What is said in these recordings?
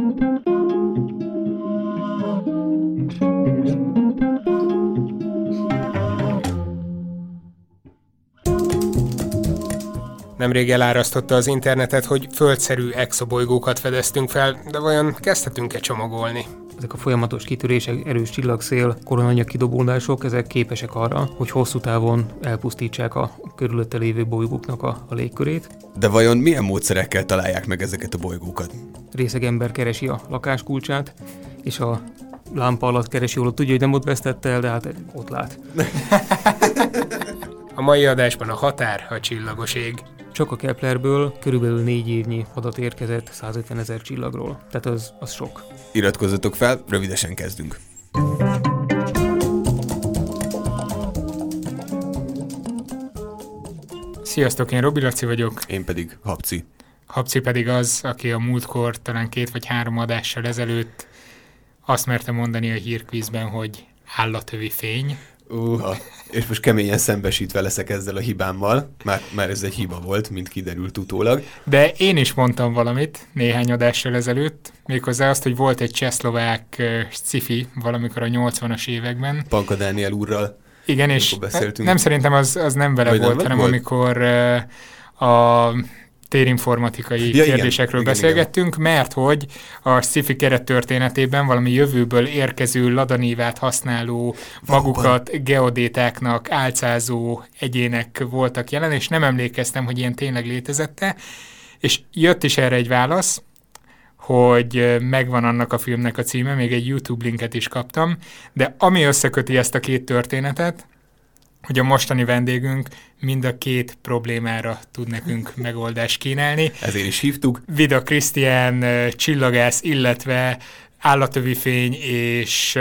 Nemrég elárasztotta az internetet, hogy földszerű exobolygókat fedeztünk fel, de vajon kezdhetünk-e csomagolni? Ezek a folyamatos kitörések, erős csillagszél, koronanyag kidobódások, ezek képesek arra, hogy hosszú távon elpusztítsák a körülötte lévő bolygóknak a légkörét. De vajon milyen módszerekkel találják meg ezeket a bolygókat? Részeg ember keresi a lakáskulcsát, és a lámpa alatt keresi, holott tudja, hogy nem ott vesztette el, de hát ott lát. A mai adásban a határ a csillagos ég. Csak a Keplerből körülbelül 4 évnyi adat érkezett 150 000 csillagról. Tehát az sok. Iratkozzatok fel, rövidesen kezdünk. Sziasztok, én Robi Laci vagyok. Én pedig Habci. Habci pedig az, aki a múltkor talán 2 vagy 3 adással ezelőtt azt merte mondani a hírkvízben, hogy állatövi fény. És most keményen szembesítve leszek ezzel a hibámmal, már ez egy hiba volt, mint kiderült utólag. De én is mondtam valamit néhány adással ezelőtt, méghozzá azt, hogy volt egy csehszlovák sci-fi valamikor a 80-as években. Panka Dániel úrral. Igen, és nem szerintem az nem vele volt, hanem volt? Amikor a térinformatikai kérdésekről beszélgettünk, igen. Mert hogy a sci-fi kerettörténetében valami jövőből érkező ladanívát használó, magukat geodétáknak álcázó egyének voltak jelen, és nem emlékeztem, hogy ilyen tényleg létezette, és jött is erre egy válasz, hogy megvan annak a filmnek a címe, még egy YouTube linket is kaptam, de ami összeköti ezt a 2 történetet, hogy a mostani vendégünk mind a 2 problémára tud nekünk megoldást kínálni. Ezért is hívtuk. Vida Krisztián, csillagász, illetve állatövi fény és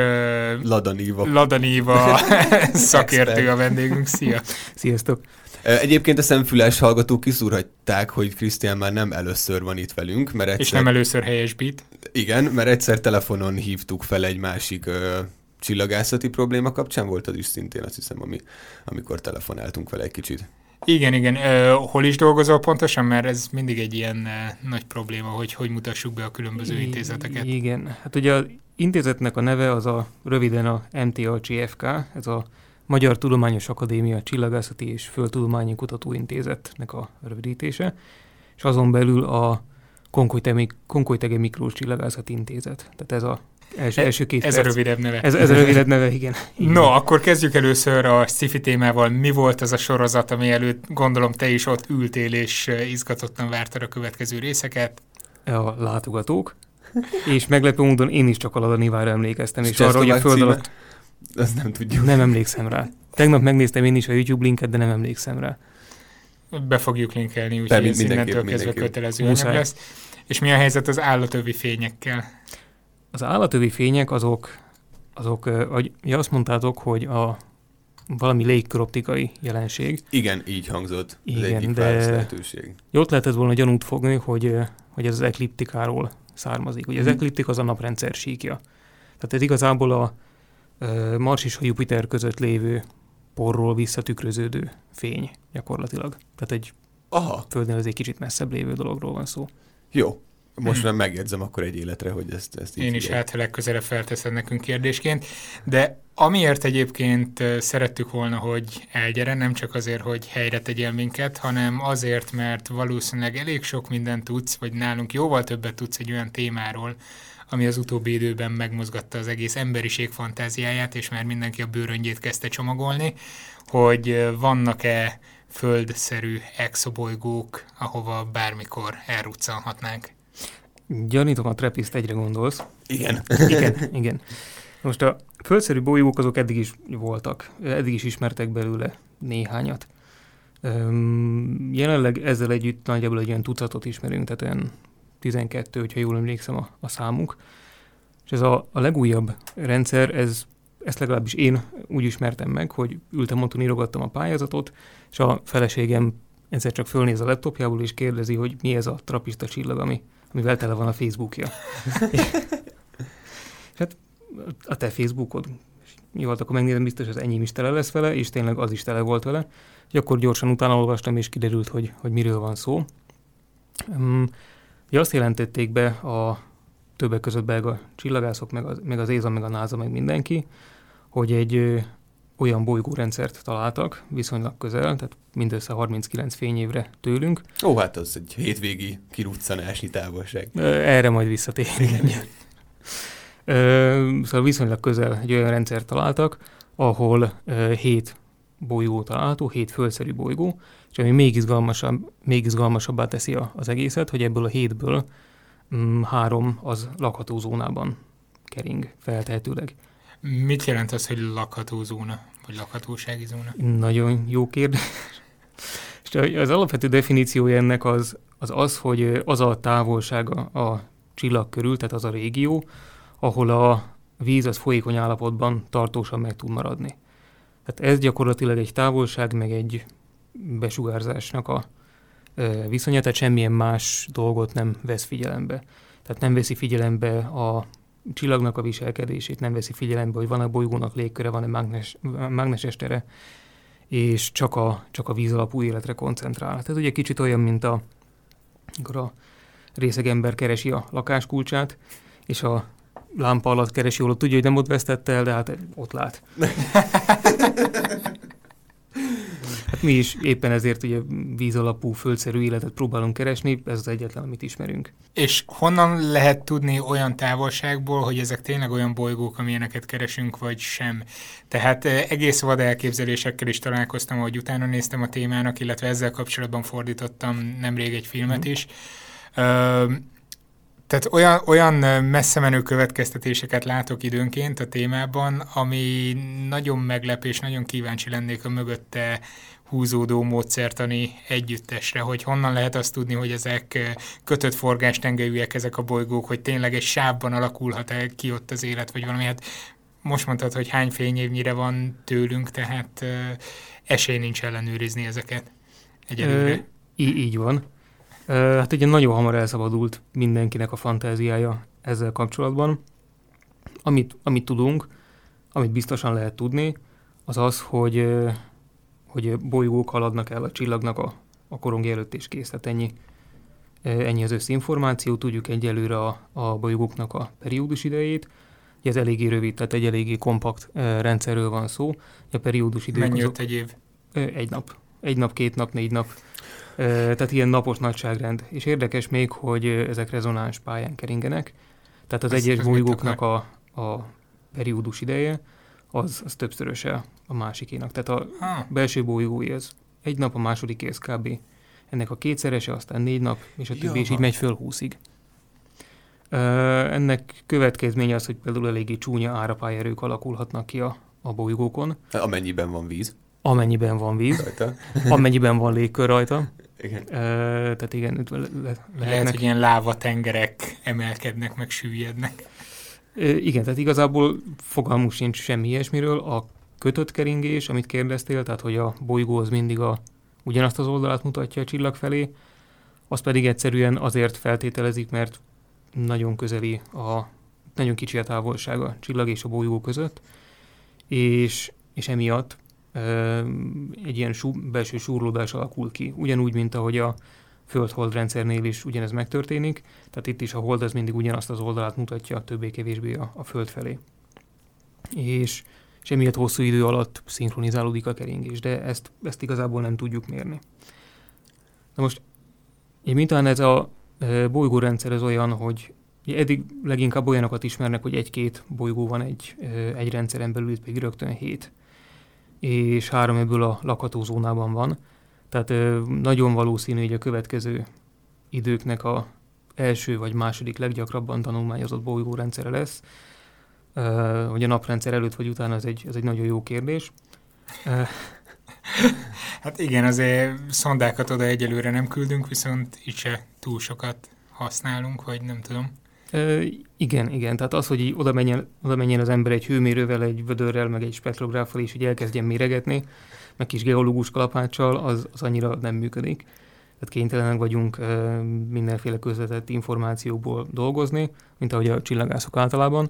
Ladaníva szakértő a vendégünk. Szia! Sziasztok! Egyébként a szemfüles hallgatók kiszúrhatták, hogy Krisztián már nem először van itt velünk, mert egyszer... És nem először helyesbít. Igen, mert egyszer telefonon hívtuk fel egy másik csillagászati probléma kapcsán, volt az is szintén, azt hiszem, amikor telefonáltunk vele egy kicsit. Igen. Hol is dolgozol pontosan? Mert ez mindig egy ilyen nagy probléma, hogy mutassuk be a különböző intézeteket. Igen. Hát ugye az intézetnek a neve az röviden a MTACFK, ez a Magyar Tudományos Akadémia Csillagászati és Földtudományi Kutatóintézetnek a rövidítése, és azon belül a Konkolytege Miklós Csillagászati Intézet. Tehát ez a első 2 perc. Ez a rövidebb neve. Ez a rövidebb neve, igen. No, akkor kezdjük először a sci-fi témával. Mi volt az a sorozat, ami előtt gondolom te is ott ültél, és izgatottan vártad a következő részeket? A Látogatók. És meglepő módon én is csak a Ladanívára emlékeztem, és arra, hogy a föld alatt... Azt nem tudjuk. Nem emlékszem rá. Tegnap megnéztem én is a YouTube linket, de nem emlékszem rá. Be fogjuk linkelni, úgyhogy ez innentől kezdve kötelező anyag lesz. És mi a helyzet az állatövi fényekkel? Az állatövi fények azok azt mondtátok, hogy valami légköroptikai jelenség. Igen, így hangzott. Igen, ez egyik lehetőség. Jót lehetett volna gyanút fogni, hogy ez az ekliptikáról származik. Ugye az ekliptik az a naprendszer síkja. Tehát ez igazából a Mars és a Jupiter között lévő porról visszatükröződő fény gyakorlatilag. Tehát egy Földnél az egy kicsit messzebb lévő dologról van szó. Jó. Most nem megjegyzem akkor egy életre, hogy ezt így én is ha legközelebb felteszed nekünk kérdésként, de amiért egyébként szerettük volna, hogy elgyere, nem csak azért, hogy helyre tegyél minket, hanem azért, mert valószínűleg elég sok mindent tudsz, vagy nálunk jóval többet tudsz egy olyan témáról, ami az utóbbi időben megmozgatta az egész emberiség fantáziáját, és már mindenki a bőröngyét kezdte csomagolni, hogy vannak-e földszerű exobolygók, ahova bármikor elruccanhatnánk. Gyanítom, a Trappist egyre gondolsz. Igen. Most a földszerű bolygók azok eddig is voltak, eddig is ismertek belőle néhányat. Jelenleg ezzel együtt nagyjából egy olyan tucatot ismerünk, tehát olyan 12, hogyha jól emlékszem a számuk. És ez a legújabb rendszer, ezt legalábbis én úgy ismertem meg, hogy ültem otthon, írogattam a pályázatot, és a feleségem egyszer csak fölnéz a laptopjából, és kérdezi, hogy mi ez a trapista csillag, amivel tele van a Facebookja. És hát a te Facebookod. Jó, akkor megnézem, biztos az enyém is tele lesz vele, és tényleg az is tele volt vele. És akkor gyorsan utána olvastam, és kiderült, hogy miről van szó. Azt jelentették be többek között belga csillagászok, meg az ESA, meg a NASA, meg mindenki, hogy egy olyan bolygórendszert találtak viszonylag közel, tehát mindössze 39 fényévre tőlünk. Ó, hát az egy hétvégi kiruccanásnyi távolság. Erre majd visszatérünk. Szóval viszonylag közel egy olyan rendszert találtak, ahol 7 bolygó található, 7 földszerű bolygó, és ami még izgalmasabbá teszi az egészet, hogy ebből a 7-ből 3 az lakható zónában kering feltehetőleg. Mit jelent az, hogy lakható zóna, vagy lakhatósági zóna? Nagyon jó kérdés. És az alapvető definíciója ennek az, hogy az a távolsága a csillag körül, tehát az a régió, ahol a víz az folyékony állapotban tartósan meg tud maradni. Tehát ez gyakorlatilag egy távolság, meg egy besugárzásnak a viszonya, tehát semmilyen más dolgot nem vesz figyelembe. Tehát nem veszi figyelembe a csillagnak a viselkedését, nem veszi figyelembe, hogy van a bolygónak légköre, van-e mágneses tere, és csak a víz alapú életre koncentrál. Tehát ugye kicsit olyan, mint amikor a részegember keresi a lakáskulcsát, és a lámpa alatt keresi, holott tudja, hogy nem ott vesztette el, de hát ott lát. Hát mi is éppen ezért ugye víz alapú, földszerű életet próbálunk keresni, ez az egyetlen, amit ismerünk. És honnan lehet tudni olyan távolságból, hogy ezek tényleg olyan bolygók, amilyeneket keresünk, vagy sem? Tehát egész vad elképzelésekkel is találkoztam, ahogy utána néztem a témának, illetve ezzel kapcsolatban fordítottam nemrég egy filmet is. Tehát olyan messze menő következtetéseket látok időnként a témában, ami nagyon meglep, és nagyon kíváncsi lennék a mögötte húzódó módszertani együttesre, hogy honnan lehet azt tudni, hogy ezek kötött forgástengelyűek ezek a bolygók, hogy tényleg egy sávban alakulhat-e ki ott az élet, vagy valami. Hát most mondtad, hogy hány fényévnyire van tőlünk, tehát esély nincs ellenőrizni ezeket egyelőre. Így van. Hát ugye nagyon hamar elszabadult mindenkinek a fantáziája ezzel kapcsolatban. Amit tudunk, amit biztosan lehet tudni, az az, hogy bolygók haladnak el a csillagnak a korongja előtt, és kész. Tehát ennyi az összinformáció. Tudjuk egyelőre a bolygóknak a periódus idejét. Ugye ez eléggé rövid, tehát egy eléggé kompakt rendszerről van szó. A periódus idők mennyi ott egy év? Egy nap. 2 nap, 4 nap. Tehát ilyen napos nagyságrend. És érdekes még, hogy ezek rezonáns pályán keringenek. Tehát az egyes bolygóknak a periódus ideje az többszöröse a másikénak. Tehát a belső bolygói az 1 nap, a másodiké az kb. Ennek a 2-szerese, aztán 4 nap, és a többi is így megy föl 20-ig. Ennek következménye az, hogy például eléggé csúnya árapályerők alakulhatnak ki a bolygókon. Amennyiben van víz. Amennyiben van víz. Rajta. Amennyiben van légkör rajta. Igen. Tehát igen, lehet, hogy ilyen lávatengerek emelkednek, meg süllyednek. Igen, tehát igazából fogalmunk sincs semmi ilyesmiről. A kötött keringés, amit kérdeztél, tehát hogy a bolygó az mindig ugyanazt az oldalát mutatja a csillag felé, az pedig egyszerűen azért feltételezik, mert nagyon közeli, nagyon kicsi a távolság a csillag és a bolygó között, és emiatt egy ilyen belső súrlódás alakul ki. Ugyanúgy, mint ahogy a Föld-Hold rendszernél is ugyanez megtörténik, tehát itt is a Hold az mindig ugyanazt az oldalát mutatja, többé-kevésbé a Föld felé. És emiatt hosszú idő alatt szinkronizálódik a keringés, de ezt igazából nem tudjuk mérni. Na most, mintán ez a bolygórendszer az olyan, hogy eddig leginkább olyanokat ismernek, hogy 1-2 bolygó van egy rendszeren belül, itt pedig rögtön 7. És 3 ebből a lakható zónában van. Tehát nagyon valószínű, hogy a következő időknek a első vagy második leggyakrabban tanulmányozott bolygórendszere lesz. Hogy a naprendszer előtt vagy után, ez egy nagyon jó kérdés. Hát igen, azért szondákat oda egyelőre nem küldünk, viszont itt se túl sokat használunk, vagy nem tudom. Igen. Tehát az, hogy oda menjen az ember egy hőmérővel, egy vödörrel, meg egy spektrográffal, és hogy elkezdjen méregetni, meg kis geológus kalapáccsal, az annyira nem működik. Tehát kénytelenek vagyunk mindenféle közvetett információból dolgozni, mint ahogy a csillagászok általában.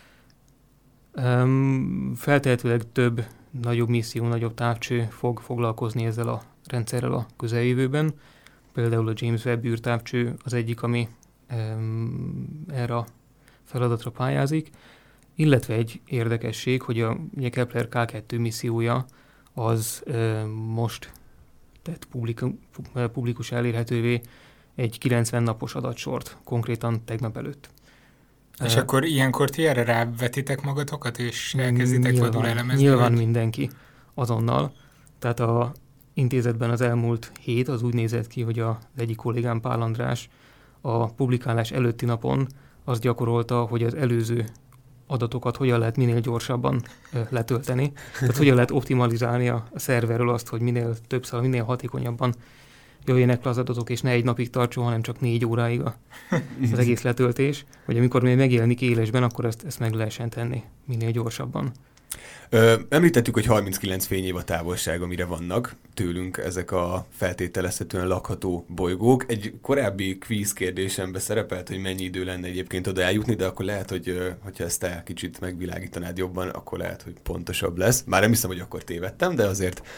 Feltehetőleg több nagyobb misszió, nagyobb távcső fog foglalkozni ezzel a rendszerrel a közeljövőben. Például a James Webb űrtávcső az egyik, ami erre a feladatra pályázik, illetve egy érdekesség, hogy a Kepler K2 missziója az most tett publikus elérhetővé egy 90 napos adatsort, konkrétan tegnap előtt. És akkor ilyenkor ti erre rávetitek magatokat, és elkezditek vadul elemezni? Nyilván mindenki azonnal. Tehát a intézetben az elmúlt hét az úgy nézett ki, hogy az egyik kollégám Pál András a publikálás előtti napon azt gyakorolta, hogy az előző adatokat hogyan lehet minél gyorsabban letölteni. Tehát hogyan lehet optimalizálni a szerverről azt, hogy minél többször, minél hatékonyabban jöjjenek le az adatok, és ne egy napig tartson, hanem csak 4 óráig az egész letöltés, hogy amikor még megjelenik élesben, akkor ezt meg lehessen tenni minél gyorsabban. Említettük, hogy 39 fényév a távolság, amire vannak tőlünk ezek a feltételezhetően lakható bolygók. Egy korábbi kvíz kérdésembe szerepelt, hogy mennyi idő lenne egyébként oda eljutni, de akkor lehet, hogy hogyha ezt te kicsit megvilágítanád jobban, akkor lehet, hogy pontosabb lesz. Már nem hiszem, hogy akkor tévedtem, de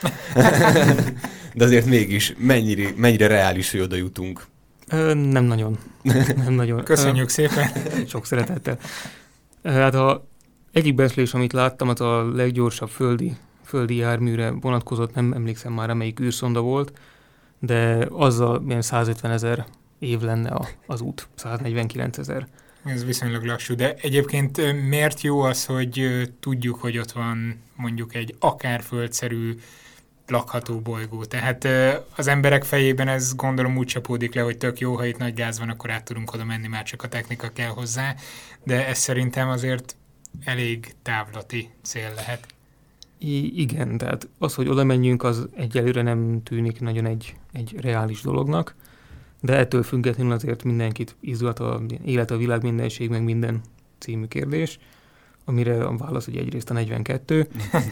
azért mégis mennyire reális, hogy oda jutunk. Nem nagyon. Köszönjük szépen. Sok szeretettel. Hát egyik becslés, amit láttam, az a leggyorsabb földi járműre vonatkozott, nem emlékszem már, amelyik űrszonda volt, de azzal milyen 150 000 év lenne az út, 149 000. Ez viszonylag lassú, de egyébként miért jó az, hogy tudjuk, hogy ott van mondjuk egy akár földszerű lakható bolygó. Tehát az emberek fejében ez gondolom úgy csapódik le, hogy tök jó, ha itt nagy gáz van, akkor át tudunk oda menni, már csak a technika kell hozzá, de ez szerintem azért elég távlati cél lehet. Igen, tehát az, hogy oda menjünk, az egyelőre nem tűnik nagyon egy reális dolognak, de ettől függetlenül azért mindenkit izgat a élet, a világ, mindenség, meg minden című kérdés, amire a válasz ugye egyrészt a 42.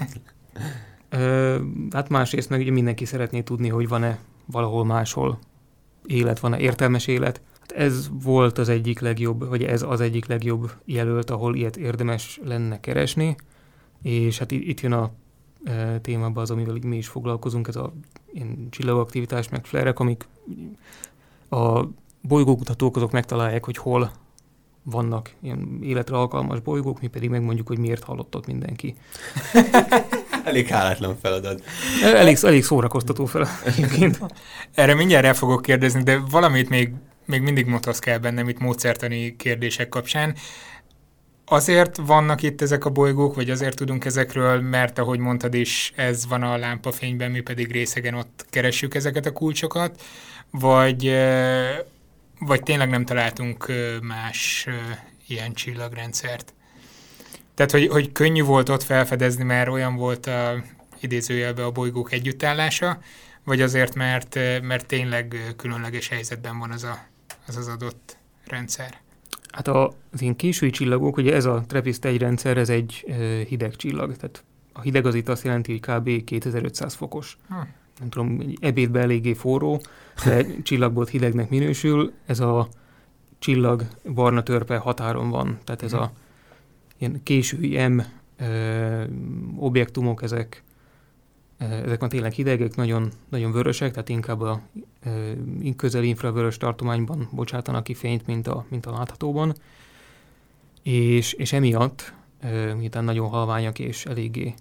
Hát másrészt meg ugye mindenki szeretné tudni, hogy van-e valahol máshol élet, van-e értelmes élet. Ez volt az egyik legjobb, vagy ez az egyik legjobb jelölt, ahol ilyet érdemes lenne keresni, és hát itt jön a témában az, amivel mi is foglalkozunk, ez a csillagaktivitás, meg flerek, amik a bolygókutatók azok megtalálják, hogy hol vannak ilyen életre alkalmas bolygók, mi pedig megmondjuk, hogy miért hallott ott mindenki. Elég hálátlan feladat. Elég szórakoztató feladat. Erre mindjárt el fogok kérdezni, de valamit még mindig motoszkál bennem itt módszertani kérdések kapcsán. Azért vannak itt ezek a bolygók, vagy azért tudunk ezekről, mert ahogy mondtad is, ez van a lámpafényben, mi pedig részegen ott keressük ezeket a kulcsokat, vagy tényleg nem találtunk más ilyen csillagrendszert? Tehát, hogy könnyű volt ott felfedezni, mert olyan volt idézőjelben a bolygók együttállása, vagy azért, mert tényleg különleges helyzetben van az adott rendszer? Hát az ilyen késői csillagok, ugye ez a TRAPPIST-1 rendszer, ez egy hideg csillag, tehát a hideg az itt azt jelenti, hogy kb. 2500 fokos. Nem tudom, egy ebédben eléggé forró, de csillagból hidegnek minősül. Ez a csillag barna törpe határon van, tehát ez a ilyen késői M objektumok, ezek már tényleg hidegek, nagyon, nagyon vörösek, tehát inkább a közel infravörös tartományban bocsátanak ki fényt, mint a láthatóban. És emiatt, miután nagyon halványak és eléggé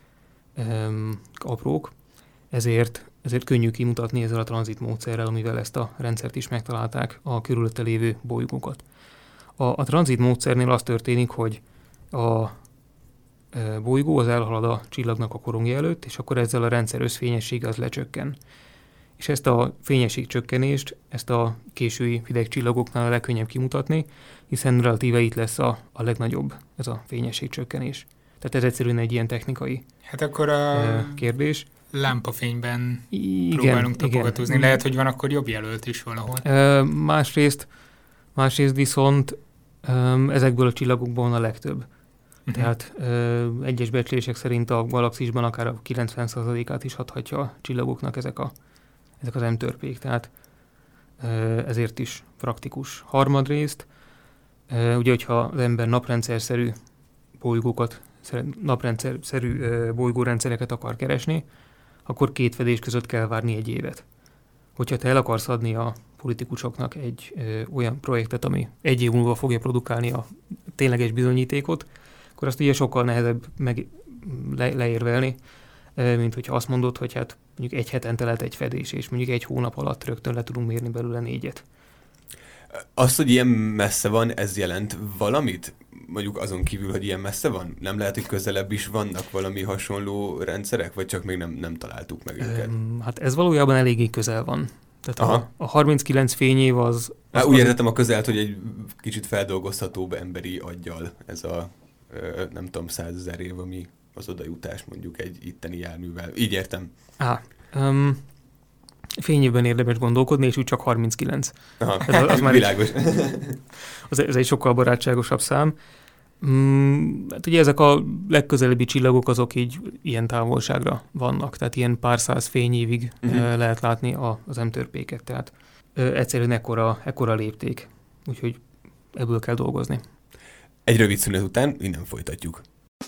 aprók, ezért könnyű kimutatni ezzel a tranzit módszerrel, amivel ezt a rendszert is megtalálták, a körülötte lévő bolygókat. A tranzit módszernél az történik, hogy a bolygó az elhalad a csillagnak a korongja előtt, és akkor ezzel a rendszer összfényessége az lecsökken. És ezt a fényességcsökkenést, ezt a késői hideg csillagoknál a legkönnyebb kimutatni, hiszen relatíve itt lesz a legnagyobb ez a fényességcsökkenés. Tehát ez egyszerűen egy ilyen technikai hát akkor kérdés. Lámpafényben próbálunk tapogatózni. Igen. Lehet, hogy van akkor jobb jelölt is valahol. Másrészt viszont ezekből a csillagokból van a legtöbb. Tehát egyes becslések szerint a galaxisban akár a 90%-át is adhatja a csillagoknak ezek az M-törpék. Tehát ezért is praktikus. Harmadrészt, ugye, hogyha az ember naprendszerszerű bolygórendszereket akar keresni, akkor 2 fedés között kell várni 1 évet. Hogyha te el akarsz adni a politikusoknak egy olyan projektet, ami 1 év múlva fogja produkálni a tényleges bizonyítékot, akkor azt ugye sokkal nehezebb leérvelni, mint hogyha azt mondod, hogy hát mondjuk egy hetente lehet egy fedés, és mondjuk egy hónap alatt rögtön le tudunk mérni belőle 4-et. Az, hogy ilyen messze van, ez jelent valamit? Mondjuk azon kívül, hogy ilyen messze van? Nem lehet, hogy közelebb is vannak valami hasonló rendszerek, vagy csak még nem találtuk meg őket? Hát ez valójában eléggé közel van. Tehát a 39 fényév az... Úgy értettem a közelt, hogy egy kicsit feldolgozhatóbb emberi aggyal ez a nem tudom, 100 000 év, ami az odajutás mondjuk egy itteni járművel. Így értem. Fényévben érdemes gondolkodni, és úgy csak 39. Aha, az már világos. Ez egy sokkal barátságosabb szám. Hát ugye ezek a legközelebbi csillagok azok így ilyen távolságra vannak, tehát ilyen pár száz fényévig lehet látni az M-törpéket, tehát egyszerűen ekkora lépték, úgyhogy ebből kell dolgozni. Egy rövid szünet után innen folytatjuk.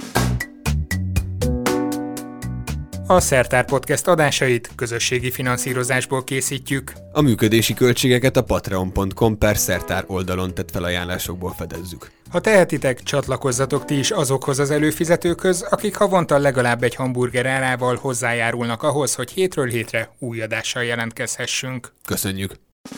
A Szertár Podcast adásait közösségi finanszírozásból készítjük. A működési költségeket a patreon.com/szertár oldalon tett felajánlásokból fedezzük. Ha tehetitek, csatlakozzatok ti is azokhoz az előfizetőkhöz, akik havonta legalább egy hamburger árával hozzájárulnak ahhoz, hogy hétről hétre új adással jelentkezhessünk. Köszönjük!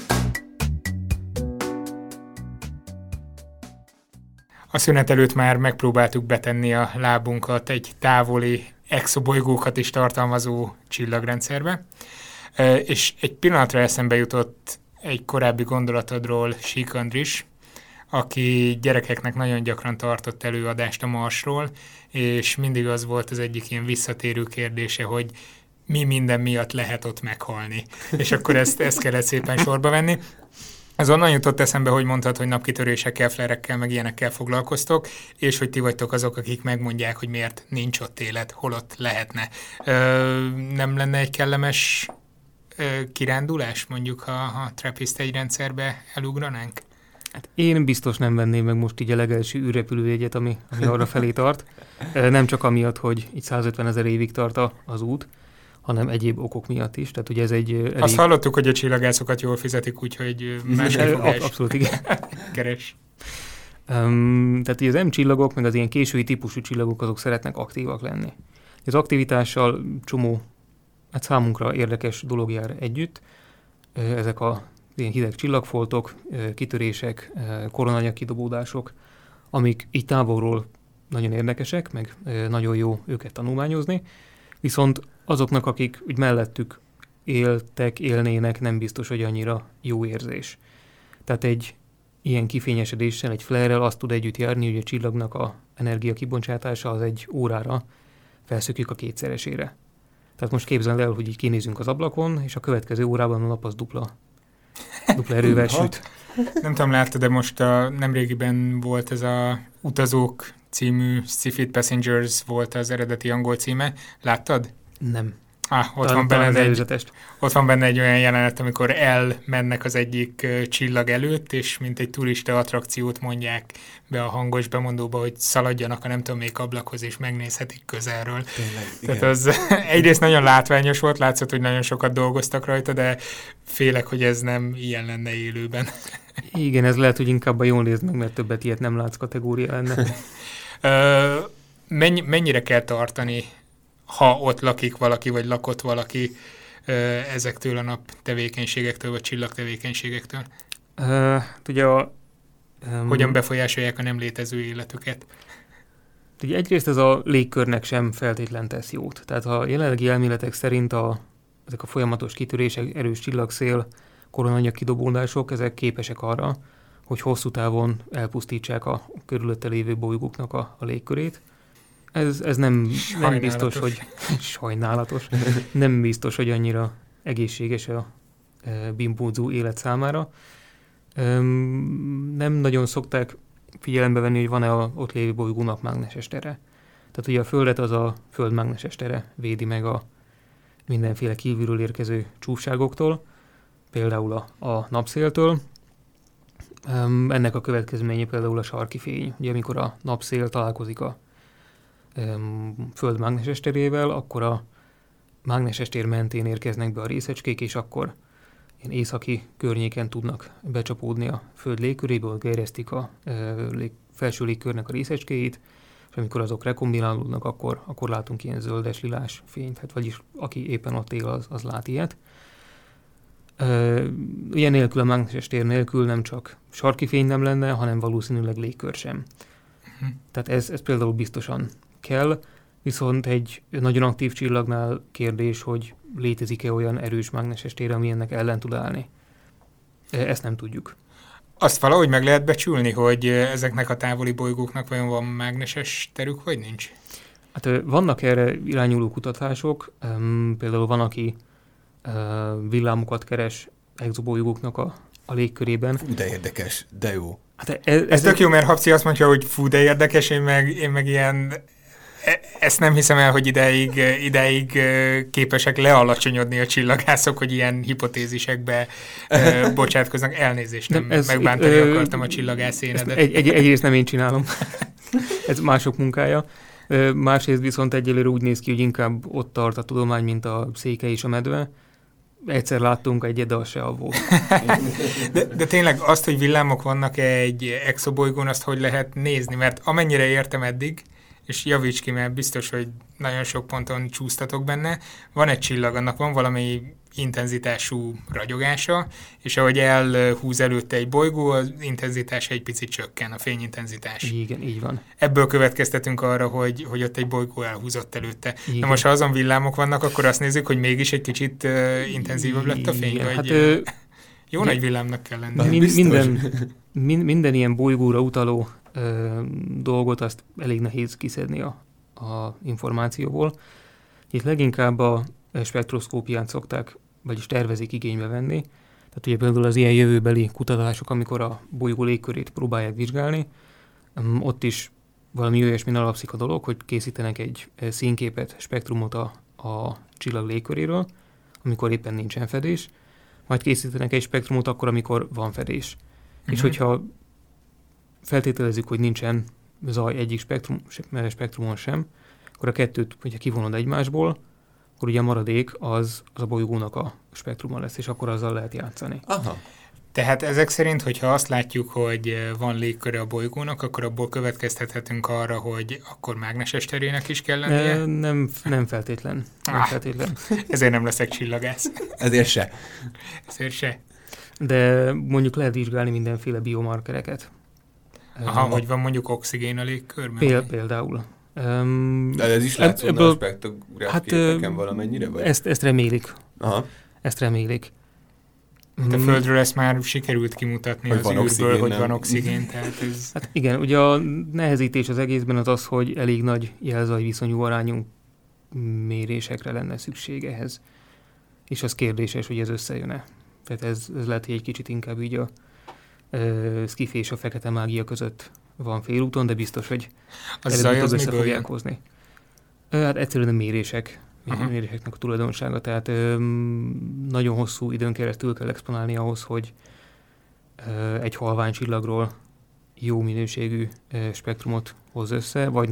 A szünet előtt már megpróbáltuk betenni a lábunkat egy távoli exobolygókat is tartalmazó csillagrendszerbe, és egy pillanatra eszembe jutott egy korábbi gondolatodról Sík Andris, aki gyerekeknek nagyon gyakran tartott előadást a Marsról, és mindig az volt az egyik ilyen visszatérő kérdése, hogy mi minden miatt lehet ott meghalni. És akkor ezt kellett szépen sorba venni. Az onnan jutott eszembe, hogy mondtad, hogy napkitörésekkel, flerekkel, meg ilyenekkel foglalkoztok, és hogy ti vagytok azok, akik megmondják, hogy miért nincs ott élet, holott lehetne. Nem lenne egy kellemes kirándulás, mondjuk, ha Trappist egy rendszerbe elugranánk? Hát én biztos nem venném meg most így a legelső űrrepülőjegyet, ami arra felé tart. Nem csak amiatt, hogy így 150 000 évig tart az út, hanem egyéb okok miatt is. Tehát ugye ez egy elég... Azt hallottuk, hogy a csillagászokat jól fizetik, úgyhogy más kifogás. Abszolút, igen. Keres. Tehát ugye az M-csillagok, meg az ilyen késői típusú csillagok, azok szeretnek aktívak lenni. Az aktivitással csomó, hát számunkra érdekes dolog jár együtt. Ezek a ilyen hideg csillagfoltok, kitörések, koronanyagkidobódások, amik így távolról nagyon érdekesek, meg nagyon jó őket tanulmányozni. Viszont azoknak, akik úgy mellettük élnének, nem biztos, hogy annyira jó érzés. Tehát egy ilyen kifényesedéssel, egy flare-rel azt tud együtt járni, hogy a csillagnak a energia kibocsátása az egy órára felszökjük a 2-szeresére. Tehát most képzeld el, hogy így kinézünk az ablakon, és a következő órában a nap az dupla erővel süt. Nem tudom, láttad, de most nemrégiben volt ez a Utazók című Sci-Fi Passengers volt az eredeti angol címe. Láttad? Nem. Ott van benne egy olyan jelenet, amikor elmennek az egyik csillag előtt, és mint egy turista attrakciót mondják be a hangos bemondóba, hogy szaladjanak a nem tudom még ablakhoz, és megnézhetik közelről. Tényleg, tehát az egyrészt nagyon látványos volt, látszott, hogy nagyon sokat dolgoztak rajta, de félek, hogy ez nem ilyen lenne élőben. Igen, ez lehet, hogy inkább a jól nézd meg, mert többet ilyet nem látsz kategória lenne. Mennyire kell tartani, ha ott lakik valaki, vagy lakott valaki ezektől a nap tevékenységektől, vagy csillag tevékenységektől? Ugye hogyan befolyásolják a nem létező életüket? Ugye egyrészt ez a légkörnek sem feltétlen tesz jót. Tehát a jelenlegi elméletek szerint ezek a folyamatos kitörések, erős csillagszél, koronanyagkidobódások, ezek képesek arra, hogy hosszú távon elpusztítsák a körülötte lévő bolygóknak a légkörét. Ez nem biztos, hogy sajnálatos. Nem biztos, hogy annyira egészséges a bimbózó élet számára. Nem nagyon szokták figyelembe venni, hogy van-e ott lévő bolygónak mágneses tere. Tehát ugye a Földet az a Föld mágneses tere védi meg a mindenféle kívülről érkező csúfságoktól, például a napszéltől. Ennek a következménye például a sarki fény. Ugye amikor a napszél találkozik a Föld mágneses terével, akkor a mágneses tér mentén érkeznek be a részecskék, és akkor ilyen északi környéken tudnak becsapódni a Föld légkörébe, gerjesztik a felső légkörnek a részecskéit, és amikor azok rekombinálódnak, akkor látunk ilyen zöldes, lilás fényt, hát vagyis aki éppen ott él, az lát ilyet. Ilyen nélkül, a mágneses tér nélkül nem csak sarki fény nem lenne, hanem valószínűleg légkör sem. Tehát ez például biztosan kell, viszont egy nagyon aktív csillagnál kérdés, hogy létezik-e olyan erős mágneses tér, ami ennek ellen tud állni. Ezt nem tudjuk. Azt valahogy meg lehet becsülni, hogy ezeknek a távoli bolygóknak vajon van mágneses terük, vagy nincs? Hát vannak erre irányuló kutatások, például van, aki villámokat keres exobolygóknak a légkörében. Fú, de érdekes, de jó. Hát ez tök jó, mert Habci azt mondja, hogy fú, de érdekes, én meg ilyen... Ezt nem hiszem el, hogy ideig képesek lealacsonyodni a csillagászok, hogy ilyen hipotézisekbe bocsátkoznak. Elnézést, nem megbántani akartam a csillagász énedet. Egyrészt nem én csinálom. Ez mások munkája. Másrészt viszont egyelőre úgy néz ki, hogy inkább ott tart a tudomány, mint a széke és a medve. Egyszer láttunk egyet, de az se volt. De tényleg azt, hogy villámok vannak egy exobolygón, azt hogy lehet nézni? Mert amennyire értem eddig, és javíts ki, mert biztos, hogy nagyon sok ponton csúsztatok benne, van egy csillag, annak van valami intenzitású ragyogása, és ahogy elhúz előtte egy bolygó, az intenzitása egy picit csökken, a fényintenzitás. Igen, így van. Ebből következtetünk arra, hogy ott egy bolygó elhúzott előtte. Igen. Na most, ha azon villámok vannak, akkor azt nézzük, hogy mégis egy kicsit intenzívabb lett a fény, vagy jó nagy villámnak kell lenni. Minden ilyen bolygóra utaló dolgot azt elég nehéz kiszedni a információból. Itt leginkább a spektroszkópiát szokták, vagyis tervezik igénybe venni. Tehát ugye például az ilyen jövőbeli kutatások, amikor a bolygó légkörét próbálják vizsgálni, ott is valami olyasmin alapszik a dolog, hogy készítenek egy színképet, spektrumot a csillag légköréről, amikor éppen nincsen fedés, majd készítenek egy spektrumot akkor, amikor van fedés. És hogyha feltételezzük, hogy nincsen zaj egyik spektrumon sem, akkor a kettőt, hogyha kivonod egymásból, akkor ugye a maradék az a bolygónak a spektruma lesz, és akkor azzal lehet játszani. Aha. Tehát ezek szerint, hogyha azt látjuk, hogy van légköre a bolygónak, akkor abból következtethetünk arra, hogy akkor mágneses terének is kell lennie? Nem feltétlen. Ezért nem leszek csillagász. Ezért se. De mondjuk lehet vizsgálni mindenféle biomarkereket. Aha, hogy van mondjuk oxigén a légkörben? Például. De ez is látszott a spektográf képeken valamennyire? Vagy? Ezt remélik. Aha. Ezt remélik. De Földről ezt már sikerült kimutatni hogy az űrből, hogy van oxigén. Tehát ez... Hát igen, ugye a nehezítés az egészben az, hogy elég nagy jelzaj-viszonyú arányú mérésekre lenne szükség ehhez. És az kérdéses, hogy ez összejön-e. Tehát ez lehet, hogy egy kicsit inkább így a szkifi és a fekete mágia között van félúton, de biztos, hogy előbb-utóbb össze fogják hozni. Hát egyszerűen a méréseknek a tulajdonsága, tehát nagyon hosszú időn keresztül kell exponálni ahhoz, hogy egy halvány csillagról jó minőségű spektrumot hoz össze, vagy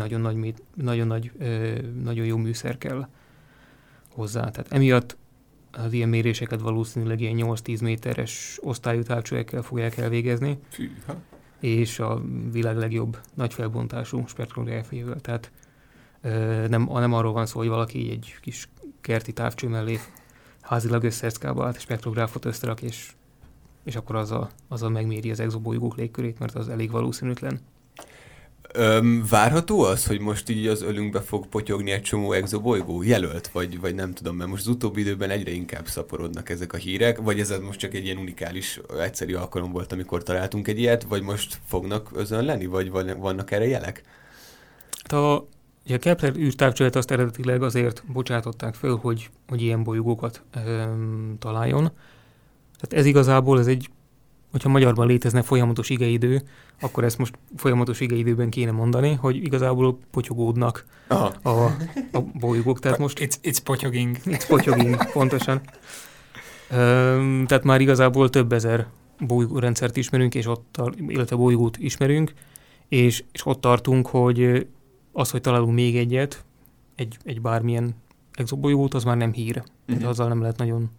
nagyon jó műszer kell hozzá. Tehát emiatt az ilyen méréseket valószínűleg ilyen 8-10 méteres osztályú távcsövekkel fogják elvégezni, és a világ legjobb nagy felbontású spektrográfiával. Tehát nem arról van szó, hogy valaki egy kis kerti távcső mellé házilag összeszkábált spektrográfot összerak, és akkor azzal megméri az exobolygók légkörét, mert az elég valószínűtlen. Várható az, hogy most így az ölünkbe fog potyogni egy csomó exobolygó jelölt, vagy nem tudom, mert most az utóbbi időben egyre inkább szaporodnak ezek a hírek, vagy ez most csak egy ilyen unikális, egyszerű alkalom volt, amikor találtunk egy ilyet, vagy most fognak özönleni, vagy vannak erre jelek? A Kepler űrtávcsövet azt eredetileg azért bocsátották föl, hogy ilyen bolygókat találjon. Tehát ez igazából, hogyha magyarban létezne folyamatos igeidő, akkor ezt most folyamatos igeidőben kéne mondani, hogy igazából potyogódnak a bolygók. Tehát most it's potyoging. It's potyoging, pontosan. Tehát már igazából több ezer bolygórendszert ismerünk, illetve bolygót ismerünk, és ott tartunk, hogy az, hogy találunk még egyet, egy bármilyen exobolygót, az már nem hír. Tehát azzal nem lehet nagyon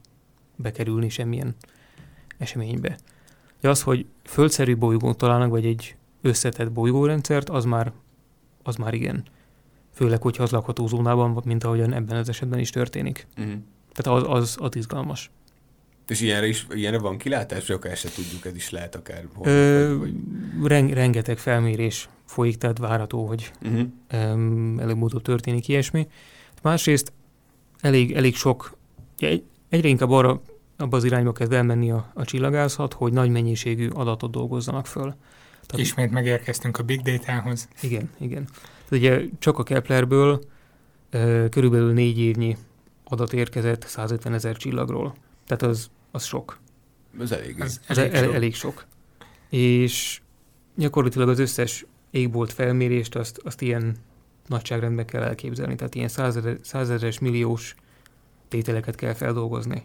bekerülni semmilyen eseménybe. De az, hogy földszerű bolygót találnak, vagy egy összetett bolygórendszert, az már igen. Főleg, hogyha az lakható zónában, mint ahogyan ebben az esetben is történik. Tehát az izgalmas. És ilyenre van kilátás, vagy akár se tudjuk, ez is lehet akár hol, rengeteg felmérés folyik, tehát várható, hogy előbb-utóbb történik ilyesmi. Másrészt elég sok, egyre inkább abba az irányba kezd elmenni a csillagászat, hogy nagy mennyiségű adatot dolgozzanak föl. Tehát, ismét megérkeztünk a Big Data-hoz. Igen. Tehát ugye csak a Keplerből körülbelül 4 évnyi adat érkezett 150 000 csillagról. Tehát az sok. Ez elég. Elég sok. És gyakorlatilag az összes égbolt felmérést azt ilyen nagyságrendben kell elképzelni. Tehát ilyen 100 000 milliós tételeket kell feldolgozni.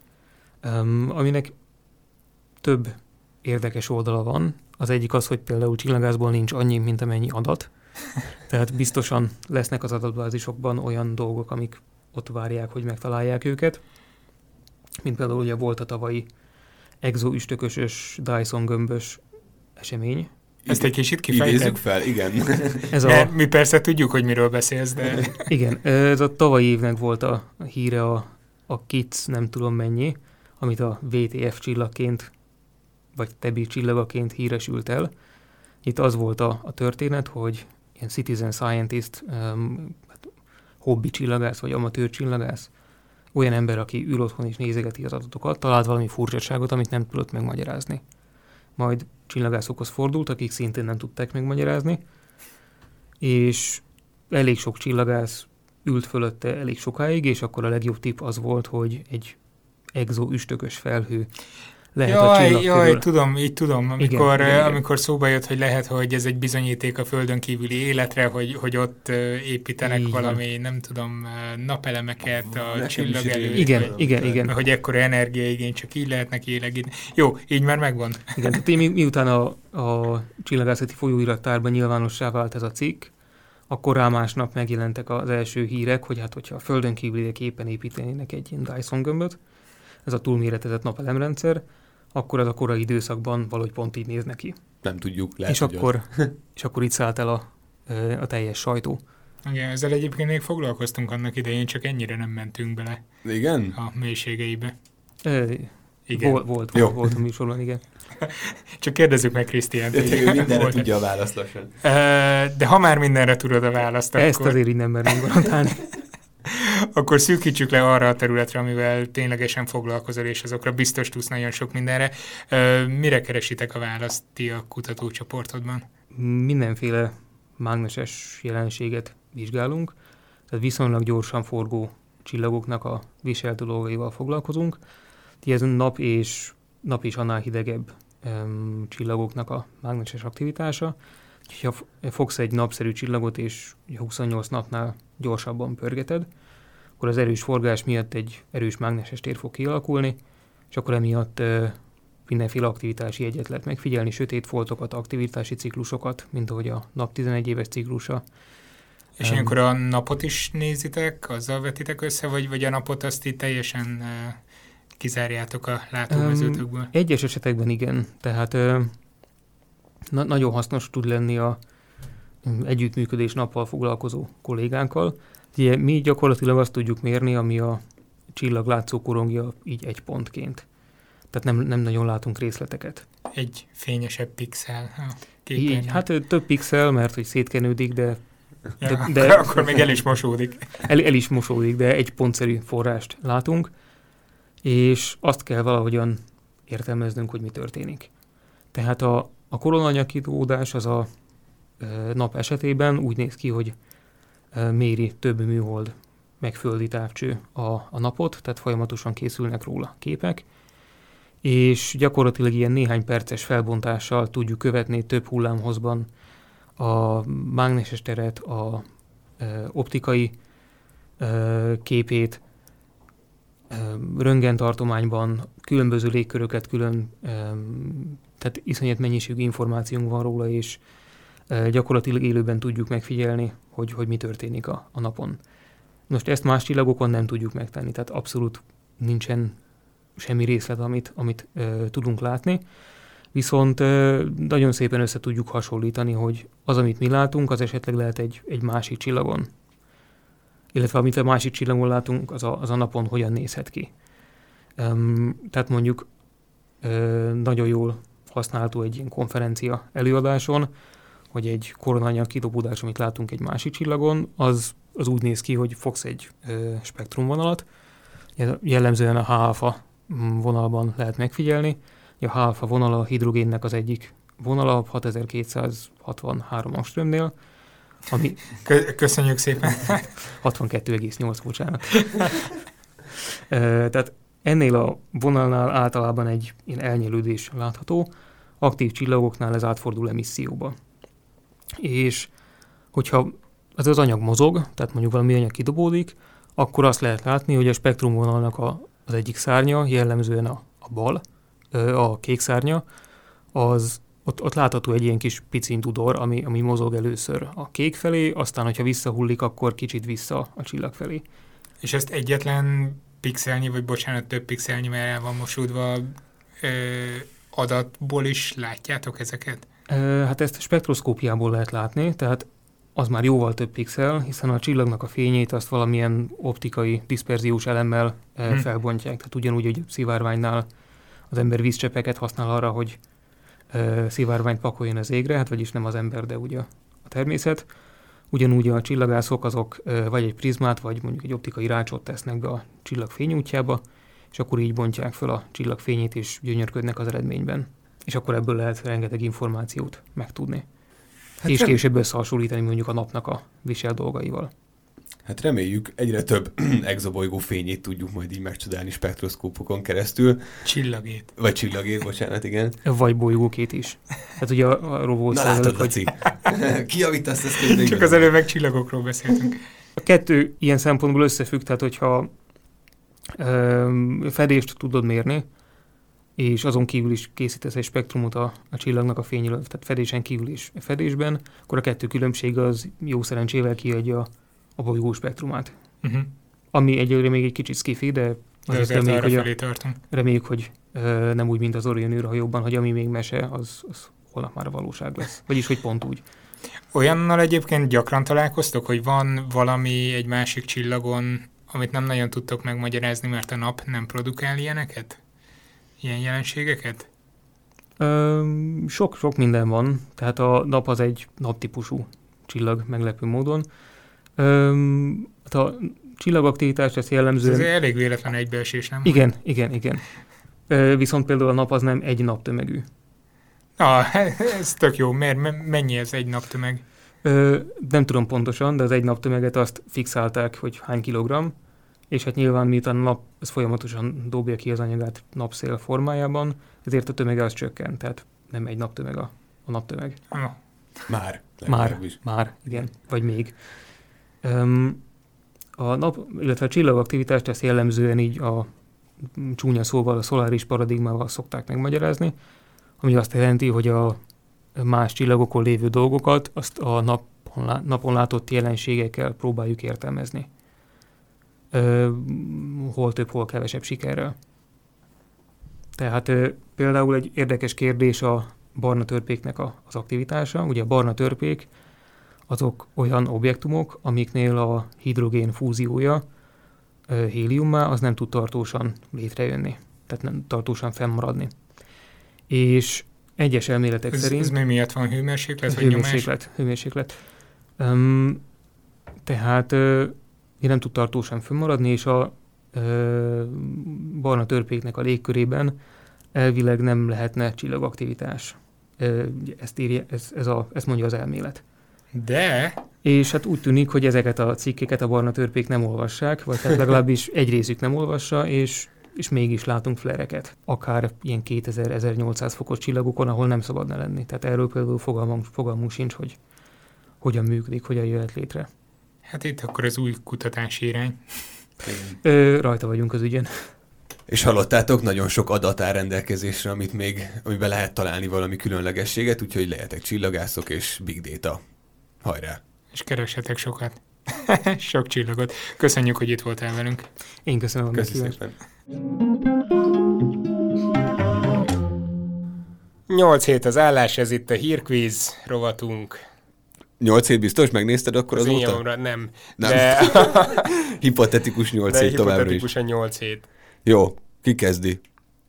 Aminek több érdekes oldala van. Az egyik az, hogy például csillagászból nincs annyi, mint amennyi adat. Tehát biztosan lesznek az adatbázisokban olyan dolgok, amik ott várják, hogy megtalálják őket. Mint például ugye volt a tavalyi exoüstökösös, Dyson gömbös esemény. Ezt egy kicsit kifejted? Idézzük fel, igen. Mi persze tudjuk, hogy miről beszélsz, de... Igen, ez a tavalyi évnek volt a híre a KITS nem tudom mennyi, amit a VTF csillagként, vagy TEBI csillagaként híresült el. Itt az volt a történet, hogy ilyen citizen scientist, hobbi csillagász, vagy amatőr csillagász, olyan ember, aki ül otthon és nézegeti az adatokat, talált valami furcsaságot, amit nem tudott megmagyarázni. Majd csillagászokhoz fordult, akik szintén nem tudták megmagyarázni, és elég sok csillagász ült fölötte elég sokáig, és akkor a legjobb tipp az volt, hogy egy exoüstökös felhő lehet a csillag körül. Így tudom, amikor szóba jött, hogy lehet, hogy ez egy bizonyíték a Földön kívüli életre, hogy ott építenek így valami, van. Nem tudom, napelemeket a csillag előtt. Igen. Hogy ekkora energiaigény, csak így lehetnek élegíteni. Jó, így már megvan. Igen, tehát miután a csillagászati folyóirattárban nyilvánossá vált ez a cikk, akkor rá másnap megjelentek az első hírek, hogy hát hogyha a Földön kívüliek éppen építenének egy ilyen Dyson gömböt, ez a túlméretezett napelemrendszer, akkor az a korai időszakban valahogy pont így néz neki. Nem tudjuk, lehet, és akkor itt szállt el a teljes sajtó. Igen, ezzel egyébként még foglalkoztunk annak idején, csak ennyire nem mentünk bele. Igen? A mélységeibe. Igen. Volt a műsorban, igen. Csak kérdezzük meg Krisztiánt. Ő mindenre tudja a választ lassan. De ha már mindenre tudod a választ, akkor... Ezt azért így nem merünk garantálni. Akkor szűkítsük le arra a területre, amivel ténylegesen foglalkozol, és azokra biztos tudsz nagyon sok mindenre. Mire keresitek a választ ti a kutatócsoportodban? Mindenféle mágneses jelenséget vizsgálunk, tehát viszonylag gyorsan forgó csillagoknak a viseltő dolgaival foglalkozunk. Ez nap és annál hidegebb csillagoknak a mágneses aktivitása. Ha fogsz egy napszerű csillagot, és 28 napnál gyorsabban pörgeted, akkor az erős forgás miatt egy erős mágneses tér fog kialakulni, és akkor emiatt mindenféle aktivitási jegyet lehet megfigyelni, sötét foltokat, aktivitási ciklusokat, mint ahogy a nap 11 éves ciklusa. És ilyenkor a napot is nézitek, azzal vetitek össze, vagy a napot azt így teljesen kizárjátok a látómezőtökből? Egyes esetekben igen, tehát nagyon hasznos tud lenni a együttműködés nappal foglalkozó kollégánkkal. Ugye, mi gyakorlatilag azt tudjuk mérni, ami a csillag látszókorongja így egy pontként. Tehát nem nagyon látunk részleteket. Egy fényesebb pixel a képen. Így, hát több pixel, mert hogy szétkenődik, de akkor még el is mosódik. El is mosódik, de egy pontszerű forrást látunk, és azt kell valahogyan értelmeznünk, hogy mi történik. Tehát a koronanyakítódás az a nap esetében úgy néz ki, hogy méri több műhold megföldi távcső a napot, tehát folyamatosan készülnek róla képek, és gyakorlatilag ilyen néhány perces felbontással tudjuk követni több hullámhozban a mágneses teret, a optikai képét, röntgentartományban különböző légköröket tehát iszonyat mennyiségű információnk van róla, és gyakorlatilag élőben tudjuk megfigyelni, hogy mi történik a napon. Most ezt más csillagokon nem tudjuk megtenni, tehát abszolút nincsen semmi részlet, amit tudunk látni. Viszont nagyon szépen össze tudjuk hasonlítani, hogy az, amit mi látunk, az esetleg lehet egy másik csillagon. Illetve amit a másik csillagon látunk, az a napon hogyan nézhet ki. Tehát mondjuk nagyon jól használható egy ilyen konferencia előadáson, hogy egy koronanyag kidobódás, amit látunk egy másik csillagon, az úgy néz ki, hogy fogsz egy spektrumvonalat, jellemzően a H-alfa vonalban lehet megfigyelni. A H-alfa vonala a hidrogénnek az egyik vonala, 6263 angströmnél, ami... Köszönjük szépen! 62,8, bocsánat. Tehát ennél a vonalnál általában egy ilyen elnyelődés látható, aktív csillagoknál ez átfordul emisszióba. És hogyha az anyag mozog, tehát mondjuk valami anyag kidobódik, akkor azt lehet látni, hogy a spektrumvonalnak az egyik szárnya, jellemzően a bal, a kék szárnya, ott látható egy ilyen kis picin tudor, ami mozog először a kék felé, aztán, hogyha visszahullik, akkor kicsit vissza a csillag felé. És ezt egyetlen pixelnyi, vagy bocsánat, több pixelnyi, mert el van mosódva adatból is látjátok ezeket? Hát ezt spektroszkópiából lehet látni, tehát az már jóval több pixel, hiszen a csillagnak a fényét azt valamilyen optikai diszperziós elemmel felbontják. Tehát ugyanúgy, hogy szivárványnál az ember vízcseppeket használ arra, hogy szivárványt pakoljon az égre, hát vagyis nem az ember, de ugye a természet. Ugyanúgy a csillagászok azok vagy egy prizmát, vagy mondjuk egy optikai rácsot tesznek be a csillag fényútjába, és akkor így bontják föl a csillag fényét, és gyönyörködnek az eredményben. És akkor ebből lehet rengeteg információt megtudni. Hát és később összehasonlítani mondjuk a napnak a visel dolgaival. Hát reméljük, egyre több exobolygó fényét tudjuk majd így megcsodálni spektroszkópokon keresztül. Csillagét. Vagy csillagét, bocsánat, igen. Vagy bolygókét is. Hát ugye arról volt szó előtt, hogy... Kijavítasz ezt kérdőjében. Csak az előbb meg csillagokról beszéltünk. A kettő ilyen szempontból összefügg, tehát hogyha fedést tudod mérni, és azon kívül is készítesz egy spektrumot a csillagnak a fényről, tehát fedésen kívül is fedésben, akkor a kettő különbség az jó szerencsével kiadja a bolygó spektrumát. Ami egyelőre még egy kicsit skifi, de reméljük, hogy nem úgy, mint az Orion űrhajóban, hogy ami még mese, az holnap már a valóság lesz. Vagyis, hogy pont úgy. Olyannal egyébként gyakran találkoztok, hogy van valami egy másik csillagon, amit nem nagyon tudtok megmagyarázni, mert a nap nem produkál ilyeneket? Ilyen jelenségeket? Sok minden van. Tehát a nap az egy naptípusú csillag meglepő módon. A csillagaktivitás ez jellemzően... Ez elég véletlen egybeesés, nem? Igen. Viszont például a nap az nem egy naptömegű. Ez tök jó. Mennyi ez egy naptömeg? Nem tudom pontosan, de az egy naptömeget azt fixálták, hogy hány kilogramm, és hát nyilván miután a nap ez folyamatosan dobja ki az anyagát napszél formájában, ezért a tömege az csökkent, tehát nem egy naptömeg a naptömeg. Már, igen, vagy még. A nap, illetve a csillagaktivitást ezt jellemzően így a csúnya szóval, a szoláris paradigmával szokták megmagyarázni, ami azt jelenti, hogy a más csillagokon lévő dolgokat azt a napon látott jelenségekkel próbáljuk értelmezni. Hol több, hol kevesebb sikerrel. Tehát például egy érdekes kérdés a barna törpéknek az aktivitása. Ugye a barna törpék azok olyan objektumok, amiknél a hidrogén fúziója héliummá, az nem tud tartósan létrejönni, tehát nem tartósan fennmaradni. És egyes elméletek szerint... Ez mi miatt van, hőmérséklet vagy hőmérséklet. Tehát nem tud tartósan fennmaradni, és a barna törpéknek a légkörében elvileg nem lehetne csillagaktivitás. Ezt mondja az elmélet. De... És hát úgy tűnik, hogy ezeket a cikkeket a barna törpék nem olvassák, vagy hát legalábbis egy részük nem olvassa, és mégis látunk flereket. Akár ilyen 2000-1800 fokos csillagokon, ahol nem szabadna lenni. Tehát erről például fogalmunk sincs, hogy hogyan működik, hogyan jöhet létre. Hát itt akkor az új kutatási irány. Rajta vagyunk az ügyen. És hallottátok, nagyon sok adat áll rendelkezésre, amiben lehet találni valami különlegességet, úgyhogy lehetek csillagászok és big data. Hajrá! És keressetek sokat. Sok csillagot. Köszönjük, hogy itt voltál velünk. Én köszönöm. Köszönöm szépen. 8-7 az állás, ez itt a hírkvíz rovatunk. 8-7 biztos? Megnézted akkor az azóta? Nyomra, nem. De... hipotetikus 8-7 továbbra is. Hipotetikusan 8-7. Jó, ki kezdi?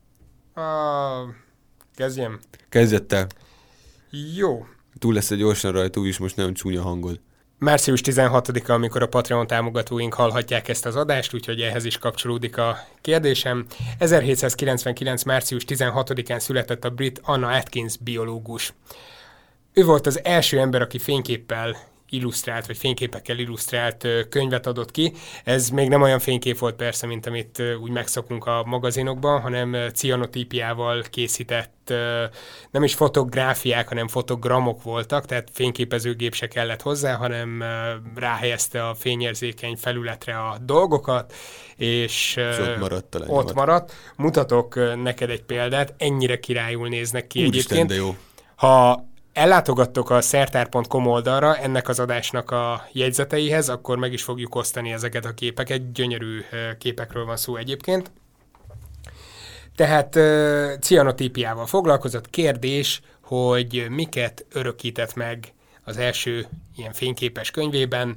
Kezdjem? Kezdjed te. Jó. Túl lesz egy gyorsan rajta, úgyis most nagyon csúnya hangod. Március 16-a, amikor a Patreon támogatóink hallhatják ezt az adást, úgyhogy ehhez is kapcsolódik a kérdésem. 1799. március 16-án született a brit Anna Atkins biológus. Ő volt az első ember, aki fényképpel illusztrált, vagy fényképekkel illusztrált könyvet adott ki. Ez még nem olyan fénykép volt persze, mint amit úgy megszokunk a magazinokban, hanem cianotípiával készített, nem is fotográfiák, hanem fotogramok voltak, tehát fényképezőgép se kellett hozzá, hanem ráhelyezte a fényérzékeny felületre a dolgokat, és ott maradt. Mutatok neked egy példát, ennyire királyul néznek ki egyébként. De jó. Ha ellátogattok a szertár.com oldalra ennek az adásnak a jegyzeteihez, akkor meg is fogjuk osztani ezeket a képeket. Gyönyörű képekről van szó egyébként. Tehát cianotípiával foglalkozott. Kérdés, hogy miket örökített meg az első ilyen fényképes könyvében.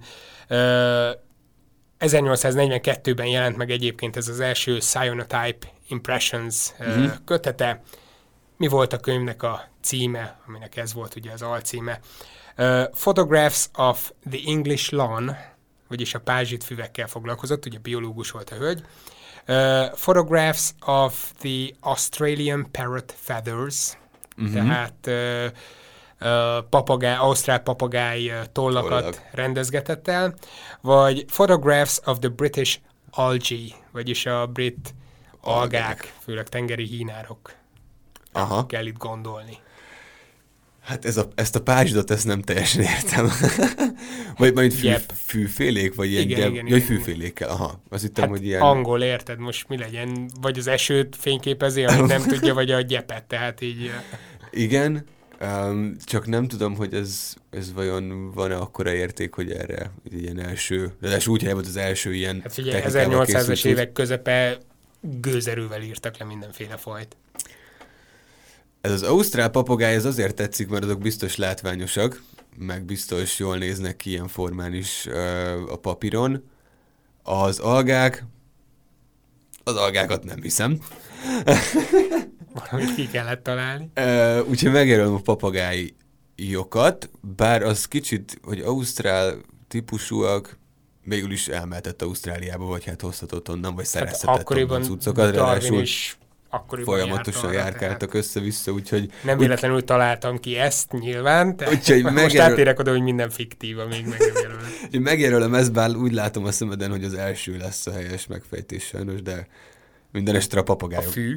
1842-ben jelent meg egyébként ez az első Cyanotype Impressions kötete. Mi volt a könyvnek a címe, aminek ez volt ugye az alcíme? Photographs of the English Lawn, vagyis a pázsit füvekkel foglalkozott, ugye biológus volt a hölgy. Photographs of the Australian Parrot Feathers, tehát ausztrál papagáj tollakat rendezgetett el, vagy Photographs of the British Algae, vagyis a brit algák, főleg tengeri hínárok. Aha. Kell itt gondolni. Hát ezt a pázsidot, ezt nem teljesen értem. Vagy fűfélék, vagy ilyen igen, fűfélékkel. Aha. Azt hittem, hogy ilyen... angol, érted? Most mi legyen? Vagy az esőt fényképezi, amit nem tudja, vagy a gyepet, tehát így... Igen, csak nem tudom, hogy ez vajon van-e akkora érték, hogy erre ilyen első... De úgy helye volt az első ilyen... Hát ugye 1800-as évek közepe gőzerővel írtak le mindenféle fajt. Ez az ausztrál papagáj, ez azért tetszik, mert azok biztos látványosak, meg biztos jól néznek ki ilyen formán is a papíron. Az algákat nem hiszem. Valamit ki kellett találni. Úgyhogy megjelölöm a papagályokat, bár az kicsit, hogy ausztrál típusúak, végül is elmehetett Ausztráliába, vagy hát hozhatott onnan, vagy szerezhetett onnan cuccokat, ráadásul folyamatosan járkáltak össze-vissza, úgyhogy... Nem véletlenül találtam ki ezt nyilván, most átérek oda, hogy minden fiktív, amíg meg nem jelölöm. Én megjelölöm ezt, bár úgy látom a szemeden, hogy az első lesz a helyes megfejtés sajnos, de minden esetre a papagályok. A fű?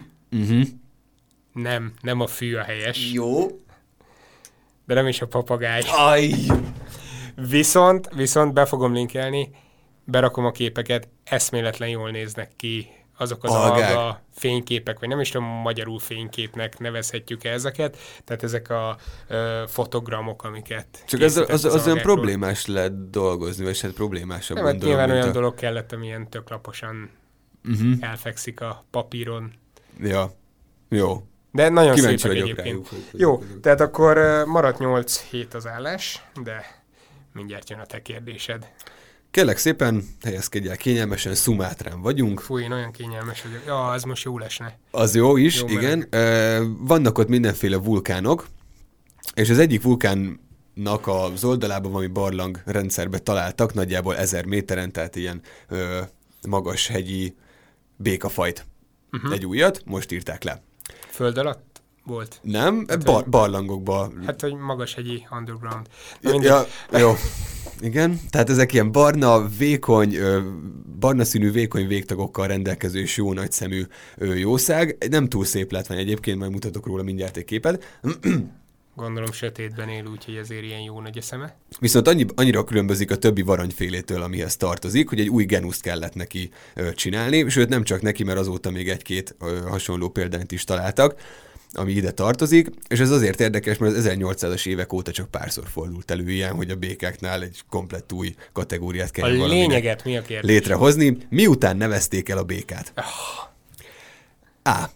Nem a fű a helyes. Jó. De nem is a papagáj. Aj! Viszont be fogom linkelni, berakom a képeket, eszméletlen jól néznek ki azok az alga fényképek, vagy nem is tudom, magyarul fényképnek nevezhetjük ezeket, tehát ezek a fotogramok, amiket csak az olyan problémás lehet dolgozni, vagy hát problémásabb gondolom. Nem, nyilván olyan dolog kellett, amilyen tök laposan elfekszik a papíron. Ja, jó. De nagyon szépek egyébként. Jó, tehát akkor maradt 8-7 az állás, de mindjárt jön a te kérdésed. Kérlek szépen, helyezkedj el kényelmesen, Szumátrán vagyunk. Fúj, én olyan kényelmes vagyok. Ja, az most jó lesne. Az jó is, jó, igen. Vannak ott mindenféle vulkánok, és az egyik vulkánnak az oldalában valami barlang rendszerbe találtak, nagyjából 1000 méteren, tehát ilyen magas hegyi békafajt. Egy újat, most írták le. Föld alatt volt? Nem, hát, barlangokban. Hát, hogy magas hegyi underground. Jó. Igen, tehát ezek ilyen barna színű, vékony végtagokkal rendelkező és jó nagy szemű jószág. Nem túl szép látvány egyébként, majd mutatok róla mindjárt egy képet. Gondolom sötétben él, úgyhogy ezért ilyen jó nagy a szeme. Viszont annyira különbözik a többi varangyfélétől, amihez tartozik, hogy egy új genuszt kellett neki csinálni, sőt nem csak neki, mert azóta még egy-két hasonló példányt is találtak, ami ide tartozik, és ez azért érdekes, mert az 1800-as évek óta csak párszor fordult elő ilyen, hogy a békáknál egy komplett új kategóriát kell lényeget, mi a kérdés? Létrehozni. Miután nevezték el a békát? A.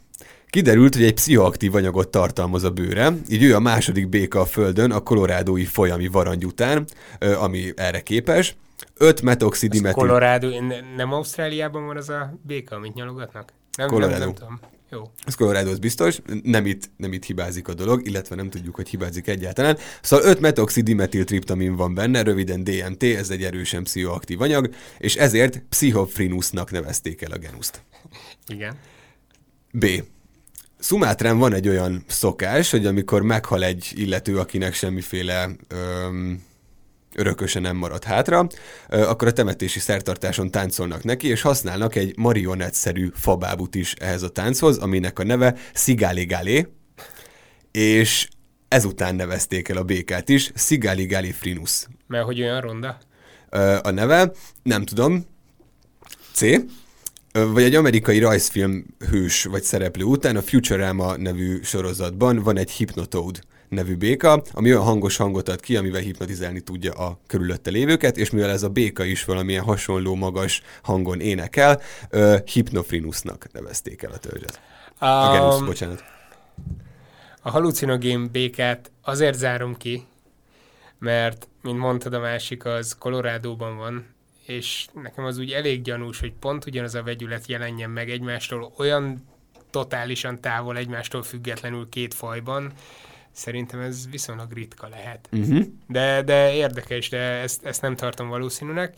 Kiderült, hogy egy pszichoaktív anyagot tartalmaz a bőre, így ő a második béka a Földön a kolorádói folyami varangy után, ami erre képes. 5 metoxidimetil... Colorado, nem Ausztráliában van az a béka, amit nyalogatnak? Nem tudom. Jó. Ez Colorado, az biztos, nem itt hibázik a dolog, illetve nem tudjuk, hogy hibázik egyáltalán. Szóval 5 metoxidimetiltriptamin van benne, röviden DMT, ez egy erősen pszichoaktív anyag, és ezért Psychophrynusnak nevezték el a genuszt. Igen. B. Szumátrán van egy olyan szokás, hogy amikor meghal egy illető, akinek semmiféle örököse nem marad hátra, akkor a temetési szertartáson táncolnak neki, és használnak egy marionett-szerű fabábut is ehhez a tánchoz, aminek a neve Sigáligalé, és ezután nevezték el a békát is, Sigáligalifrinus. Mert hogy olyan ronda? A neve, nem tudom, C. Vagy egy amerikai rajzfilm hős vagy szereplő után a Futurama nevű sorozatban van egy Hypnotoad nevű béka, ami olyan hangos hangot ad ki, amivel hipnotizálni tudja a körülötte lévőket, és mivel ez a béka is valamilyen hasonló magas hangon énekel, Hypnophrynusnak nevezték el a törzset. A genus, bocsánat. A halucinogén békát azért zárom ki, mert, mint mondtad, a másik az Colorádóban van, és nekem az úgy elég gyanús, hogy pont ugyanaz a vegyület jelenjen meg egymástól, olyan totálisan távol egymástól függetlenül két fajban. Szerintem ez viszonylag ritka lehet. Uh-huh. De érdekes, de ezt nem tartom valószínűnek.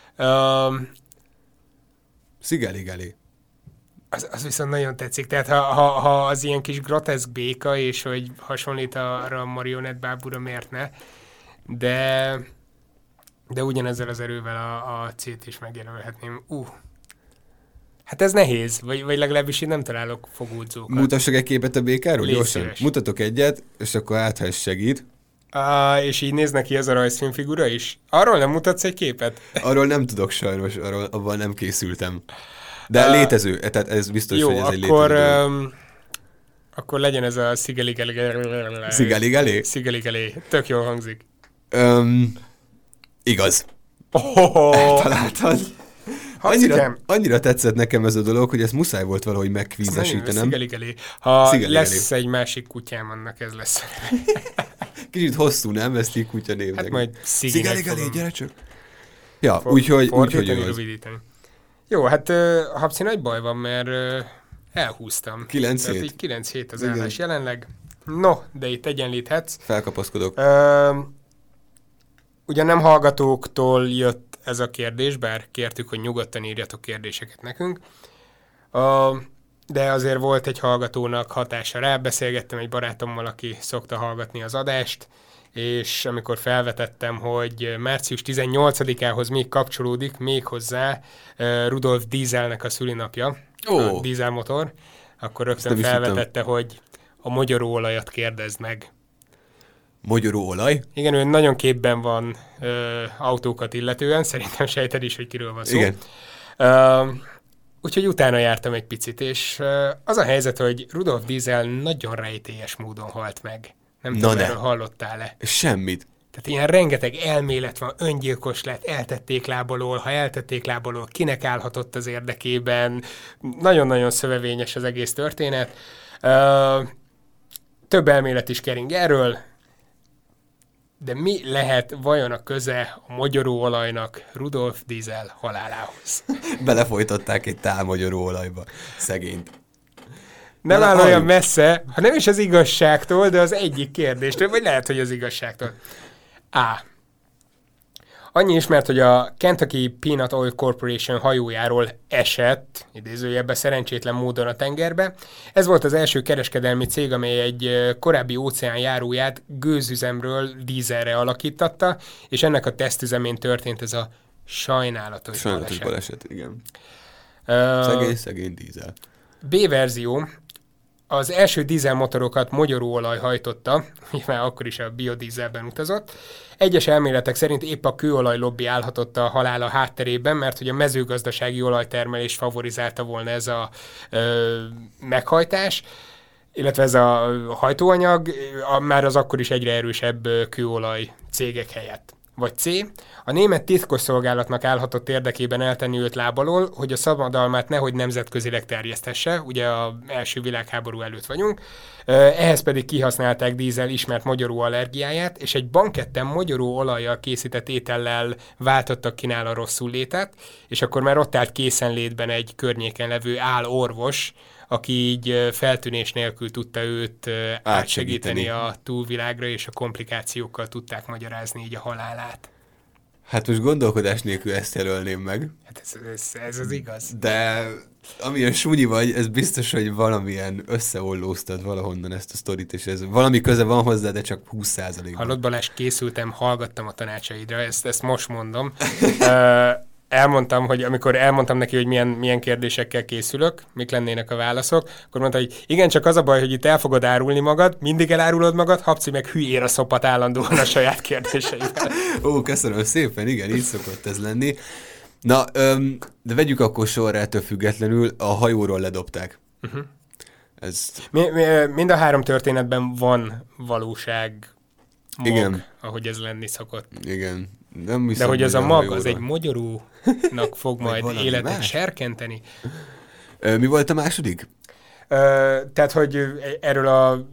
Sigáligalé. Az viszont nagyon tetszik. Tehát ha az ilyen kis groteszk béka, és hogy hasonlít arra a marionett bábúra, miért ne? De ugyanezzel az erővel a C-t is megjelölhetném. Hát ez nehéz, vagy legalábbis én nem találok fogódzókat. Mutassak egy képet a békáról? Gyorsan. Mutatok egyet, és akkor ha ez segít. És így néz neki ez a rajzfilmfigura is? Arról nem mutatsz egy képet? Arról nem tudok sajnos, abban nem készültem. De létező, tehát ez biztos, jó, hogy ez egy létező. Akkor legyen ez a Sigáligalé. Sigáligalé? Sigáligalé. Tök jól hangzik. Igaz. Oh. Eltaláltad. Annyira tetszett nekem ez a dolog, hogy ezt muszáj volt valahogy megkvízesítenem. Sigáligalé. Ha lesz egy másik kutyám, annak ez lesz. Kicsit hosszú, nem? Ezt így kutya névnek. Hát majd Sigáligalé, gyere csak. Ja, úgyhogy igaz. Jó, hát Habci, nagy baj van, mert elhúztam. 9-7. 9-7 az állás jelenleg. No, de itt egyenlíthetsz. Felkapaszkodok. Ugyan nem hallgatóktól jött ez a kérdés, bár kértük, hogy nyugodtan írjatok kérdéseket nekünk. De azért volt egy hallgatónak hatása rá. Beszélgettem egy barátommal, aki szokta hallgatni az adást, és amikor felvetettem, hogy március 18-ához még kapcsolódik méghozzá Rudolf Dieselnek a szülinapja, a dízelmotor, akkor rögtön felvetette, hogy a mogyoróolajat kérdezd meg. Mogyoróolaj? Igen, ő nagyon képben van autókat illetően, szerintem sejted is, hogy kiről van szó. Igen. Úgyhogy utána jártam egy picit, és az a helyzet, hogy Rudolf Diesel nagyon rejtélyes módon halt meg. Nem tudom, erről hallottál-e? Semmit. Tehát ilyen rengeteg elmélet van, öngyilkos lett, eltették lábalól, ha eltették lábalól, kinek állhatott az érdekében. Nagyon-nagyon szövevényes az egész történet. Több elmélet is kering erről, de mi lehet vajon a köze a mogyoróolajnak Rudolf Diesel halálához? Belefolytották egy tál mogyoróolajba. Szegényt. Nem áll olyan messze, ha nem is az igazságtól, de az egyik kérdéstől, vagy lehet, hogy az igazságtól. Annyi ismert, hogy a Kentucky Peanut Oil Corporation hajójáról esett, idézőjelben szerencsétlen módon a tengerbe. Ez volt az első kereskedelmi cég, amely egy korábbi óceánjáróját gőzüzemről dízelre alakítatta, és ennek a tesztüzemén történt ez a sajnálatos baleset, igen. Szegény dízel. B verzió. Az első dízelmotorokat mogyoróolaj hajtotta, mivel akkor is a biodízelben utazott. Egyes elméletek szerint épp a kőolaj lobby állhatott a halála hátterében, mert hogy a mezőgazdasági olajtermelés favorizálta volna ez a meghajtás, illetve ez a hajtóanyag, már az akkor is egyre erősebb kőolaj cégek helyett. Vagy C. A német titkosszolgálatnak állhatott érdekében eltenni őt lábalól, hogy a szabadalmát nehogy nemzetközileg terjesztesse, ugye az első világháború előtt vagyunk, ehhez pedig kihasználták Diesel ismert mogyoró allergiáját, és egy banketten mogyoró olajjal készített étellel váltottak ki nála rosszul létet, és akkor már ott állt készenlétben egy környéken levő álorvos, aki így feltűnés nélkül tudta őt átsegíteni a túlvilágra, és a komplikációkkal tudták magyarázni így a halálát. Hát most gondolkodás nélkül ezt jelölném meg. Hát ez az igaz. De amilyen súnyi vagy, ez biztos, hogy valamilyen összeollóztad valahonnan ezt a sztorit, és ez valami köze van hozzá, de csak 20%-ban. Hallott Balázs, készültem, hallgattam a tanácsaidra, ezt most mondom. Elmondtam, hogy amikor elmondtam neki, hogy milyen kérdésekkel készülök, mik lennének a válaszok, akkor mondta, hogy igen, csak az a baj, hogy itt el fogod árulni magad, mindig elárulod magad, Habci meg hülyére a szopat állandóan a saját kérdéseivel. Ó, köszönöm szépen, igen, így szokott ez lenni. Na, de vegyük akkor sorra ettől függetlenül, a hajóról ledobták. Uh-huh. Mind a három történetben van valóság mag, igen, ahogy ez lenni szokott. Igen. De hogy ez a mag, az egy mogyorúnak fog majd életet serkenteni. Mi volt a második? Tehát, hogy erről a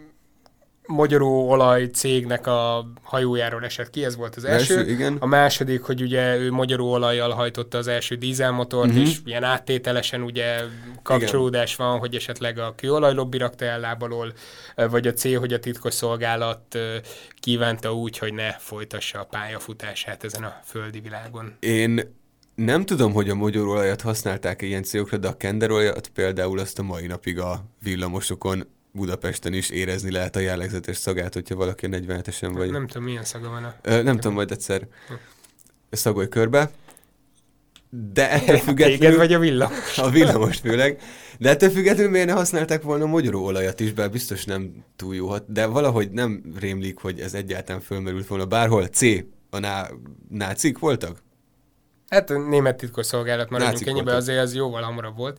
mogyoró olaj cégnek a hajójáról esett ki, ez volt az első. Igen. A második, hogy ugye ő mogyoró olajjal hajtotta az első dízelmotort, és ilyen áttételesen ugye kapcsolódás van, hogy esetleg a kőolajlobbi rakta el lábalól, vagy a C, hogy a titkosszolgálat kívánta úgy, hogy ne folytassa a pályafutását ezen a földi világon. Én nem tudom, hogy a mogyorolajat használták ilyen célokra, de a kenderolajat például azt a mai napig a villamosokon Budapesten is érezni lehet a jellegzetes szagát, hogyha valaki 47-esen vagy. Nem tudom, milyen szaga van nem tudom, majd egyszer szagolj körbe. De ettől függetlenül... Téged vagy a villamos? A villamos főleg. De ettől függetlenül miért ne használták volna mogyorólajat is, bár biztos nem túl jó hat. De valahogy nem rémlik, hogy ez egyáltalán fölmerült volna bárhol. C. A nácik voltak? Hát a német titkosszolgálat maradjunk ennyiben, azért az jóval hamarabb volt.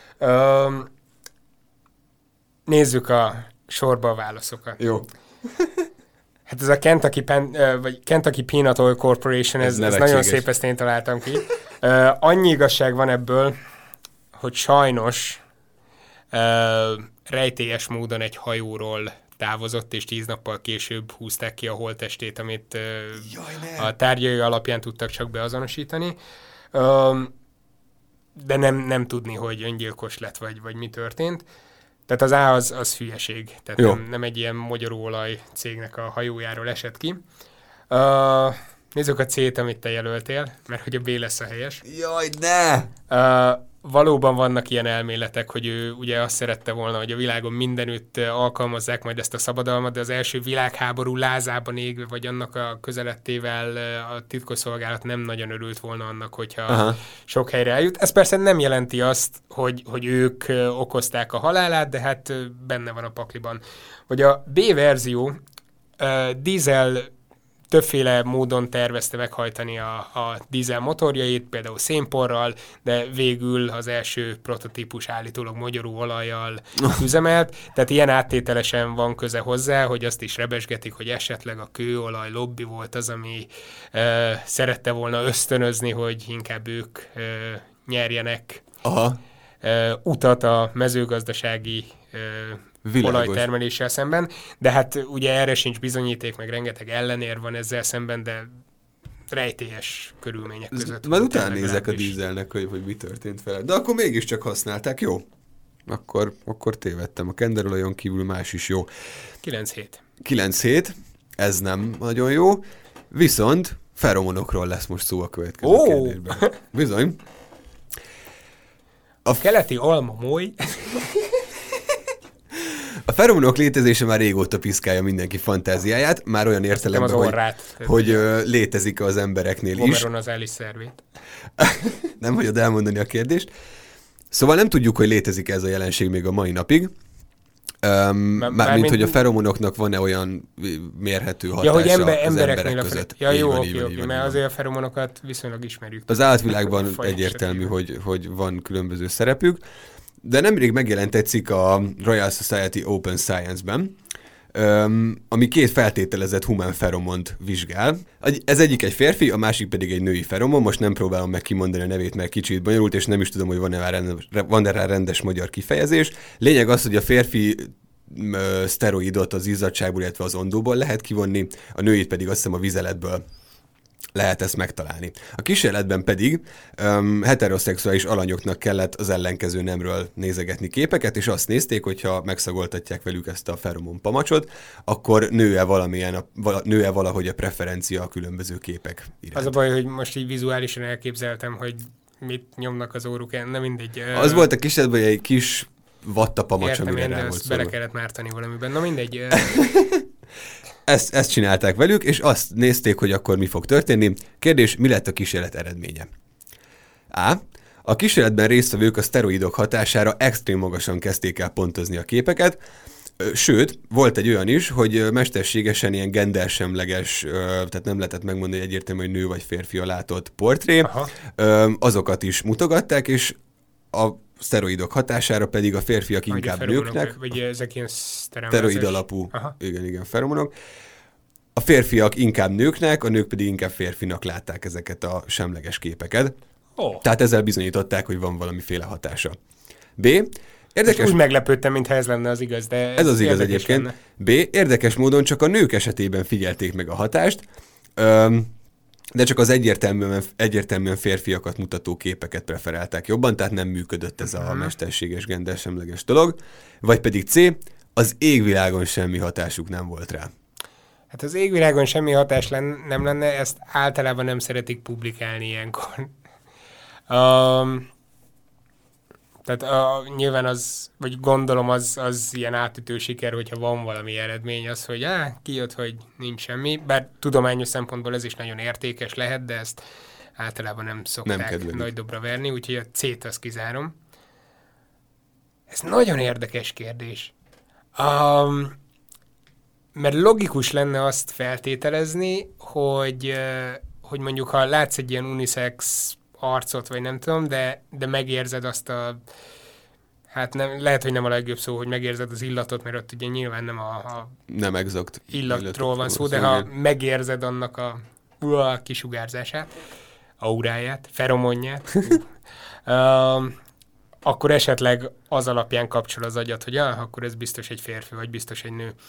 Nézzük a sorba a válaszokat. Jó. Hát ez a Kentucky Peanut Oil Corporation, ez nagyon szép, ezt én találtam ki. Annyi igazság van ebből, hogy sajnos rejtélyes módon egy hajóról távozott, és 10 nappal később húzták ki a holttestét, amit a tárgyai alapján tudtak csak beazonosítani. De nem tudni, hogy öngyilkos lett, vagy mi történt. Tehát az A az hülyeség. Tehát nem egy ilyen mogyorólaj cégnek a hajójáról esett ki. Nézzük a C-t, amit te jelöltél, mert hogy a B lesz a helyes. Jaj, ne! Valóban vannak ilyen elméletek, hogy ő ugye azt szerette volna, hogy a világon mindenütt alkalmazzák majd ezt a szabadalmat, de az első világháború lázában égve, vagy annak a közelettével a titkosszolgálat nem nagyon örült volna annak, hogyha sok helyre eljut. Ez persze nem jelenti azt, hogy ők okozták a halálát, de hát benne van a pakliban. Vagy a B verzió, Diesel többféle módon tervezte meghajtani a dízel motorjait, például szénporral, de végül az első prototípus állítólag mogyoró olajjal üzemelt, tehát ilyen áttételesen van köze hozzá, hogy azt is rebesgetik, hogy esetleg a kőolaj lobby volt az, ami szerette volna ösztönözni, hogy inkább ők nyerjenek utat a mezőgazdasági olajtermeléssel szemben, de hát ugye erre sincs bizonyíték, meg rengeteg ellenér van ezzel szemben, de rejtélyes körülmények között. Már utána nézek a dízelnek, hogy mi történt vele. De akkor mégiscsak használták, jó? Akkor tévedtem. A kenderolajon kívül más is jó. 9-7. 9-7, ez nem nagyon jó. Viszont feromonokról lesz most szó a következő kérdésben. Bizony. A keleti alma moly. A feromonok létezése már régóta piszkálja mindenki fantáziáját, már olyan értelemben, hogy létezik az embereknél is. Homeron az Alice szervét. Nem hagyod elmondani a kérdést. Szóval nem tudjuk, hogy létezik ez a jelenség még a mai napig. Mármint, hogy a feromonoknak van-e olyan mérhető hatása hogy az emberek között. Jó, mert azért a feromonokat viszonylag ismerjük. Az állatvilágban egyértelmű, hogy van különböző szerepük. De nemrég megjelent egy cikk a Royal Society Open Science-ben, ami 2 feltételezett humán feromont vizsgál. Ez egyik egy férfi, a másik pedig egy női feromon. Most nem próbálom meg kimondani a nevét, mert kicsit bonyolult, és nem is tudom, hogy van-e rá rendes magyar kifejezés. Lényeg az, hogy a férfi szteroidot az izzadságból, illetve az ondóból lehet kivonni, a nőit pedig azt hiszem a vizeletből lehet ezt megtalálni. A kísérletben pedig heteroszexuális alanyoknak kellett az ellenkező nemről nézegetni képeket, és azt nézték, hogyha megszagoltatják velük ezt a feromon pamacsot, akkor nő-e valahogy a preferencia a különböző képek iránt. Az a baj, hogy most így vizuálisan elképzeltem, hogy mit nyomnak az órukán, nem mindegy. Az volt a kísérletben, hogy egy kis vattapamacs, amire rá volt bele kellett mártani valamiben. Na mindegy. Ezt csinálták velük, és azt nézték, hogy akkor mi fog történni. Kérdés, mi lett a kísérlet eredménye? A kísérletben résztvevők a szteroidok hatására extrém magasan kezdték el pontozni a képeket, sőt, volt egy olyan is, hogy mesterségesen ilyen gendersemleges, tehát nem lehetett megmondani, hogy egyértelmű, hogy nő vagy férfi a látott portré, azokat is mutogatták, és a szteroidok hatására pedig a férfiak inkább nőknek. Vagy ezek ilyen szteroid alapú, igen, feromonok. A férfiak inkább nőknek, a nők pedig inkább férfinak látták ezeket a semleges képeket. Tehát ezzel bizonyították, hogy van valamiféle hatása. B. Érdekes... Úgy meglepődtem, mintha ez lenne az igaz, de ez az igaz egyébként. Lenne. B. Érdekes módon csak a nők esetében figyelték meg a hatást, de csak az egyértelműen férfiakat mutató képeket preferálták jobban, tehát nem működött ez a mesterséges gendersemleges dolog. Vagy pedig C. Az égvilágon semmi hatásuk nem volt rá. Hát az égvilágon semmi hatás nem lenne, ezt általában nem szeretik publikálni ilyenkor. Tehát nyilván az, vagy gondolom az ilyen átütő siker, hogyha van valami eredmény, az, hogy kijött, hogy nincs semmi, bár tudományos szempontból ez is nagyon értékes lehet, de ezt általában nem szokták nagy dobra verni, úgyhogy a C-t azt kizárom. Ez nagyon érdekes kérdés. Mert logikus lenne azt feltételezni, hogy mondjuk ha látsz egy ilyen unisex arcot, vagy nem tudom, de megérzed azt hát nem, lehet, hogy nem a legjobb szó, hogy megérzed az illatot, mert ott ugye nyilván nem nem exakt illatról van szó, de ha megérzed annak a kisugárzását, auráját, feromonját, akkor esetleg az alapján kapcsol az agyat, hogy akkor ez biztos egy férfi, vagy biztos egy nő.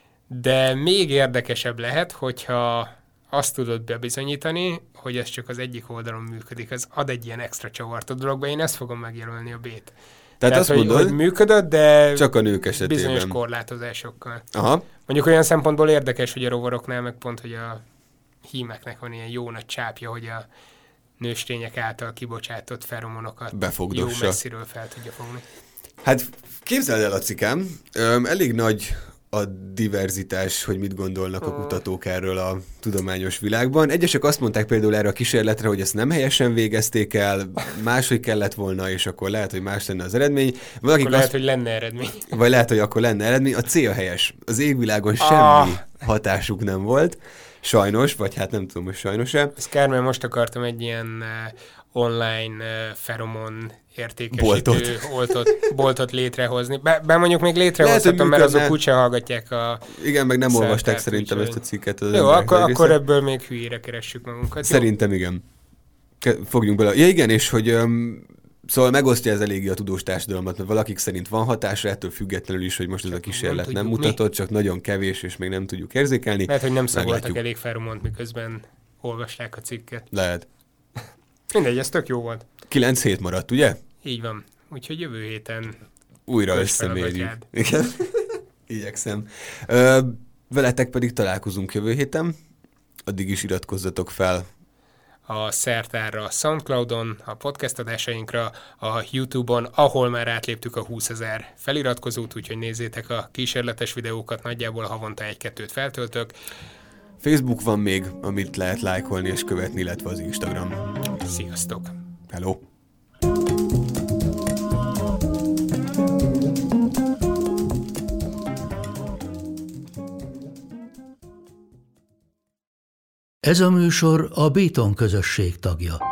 De még érdekesebb lehet, hogyha azt tudod bebizonyítani, hogy ez csak az egyik oldalon működik. Ez ad egy ilyen extra csavart a dologba. Én ezt fogom megjelölni a B-t. Tehát azt mondod, hogy működött, de csak a nők esetében. Bizonyos korlátozásokkal. Aha. Mondjuk olyan szempontból érdekes, hogy a rovaroknál meg pont, hogy a hímeknek van ilyen jó nagy csápja, hogy a nőstények által kibocsátott feromonokat jó messziről fel tudja fogni. Hát képzeld el, Lacikám, elég nagy a diverzitás, hogy mit gondolnak a kutatók erről a tudományos világban. Egyesek azt mondták például erre a kísérletre, hogy ezt nem helyesen végezték el, máshogy kellett volna, és akkor lehet, hogy más lenne az eredmény. Akkor lehet, hogy lenne eredmény. Vagy lehet, hogy akkor lenne eredmény. A C a helyes. Az égvilágon semmi hatásuk nem volt. Sajnos, vagy hát nem tudom, hogy sajnos-e. Ez kár, mert most akartam egy ilyen online feromon értékesítő boltot létrehozni. Bár mondjuk még létrehozhatom, mert azok úgyse hallgatják a... Igen, meg nem olvasták szerintem ezt a cikket. Jó, akkor ebből még hülyére keressük magunkat. Szerintem igen. Fogjunk bele. Ja igen, és hogy szóval megosztja ez eléggé a tudós társadalmat, mert valakik szerint van hatása, ettől függetlenül is, hogy most ez a kísérlet nem mutatott, csak nagyon kevés, és még nem tudjuk érzékelni. Lehet, hogy nem szagoltak elég feromont, miközben olvasták a cikket. Lehet. Mindegy, ez tök jó volt. 9 hét maradt, ugye? Így van. Úgyhogy jövő héten újra összemérjük. Igen. Igyekszem. Veletek pedig találkozunk jövő héten. Addig is iratkozzatok fel a Szertárra, a Soundcloudon, a podcast adásainkra, a YouTube-on, ahol már átléptük a 20 000 feliratkozót, úgyhogy nézzétek a kísérletes videókat, nagyjából havonta 1-2-t feltöltök. Facebook van még, amit lehet lájkolni és követni, illetve az Instagram. Sziasztok! Hello! Ez a műsor a Béton közösség tagja.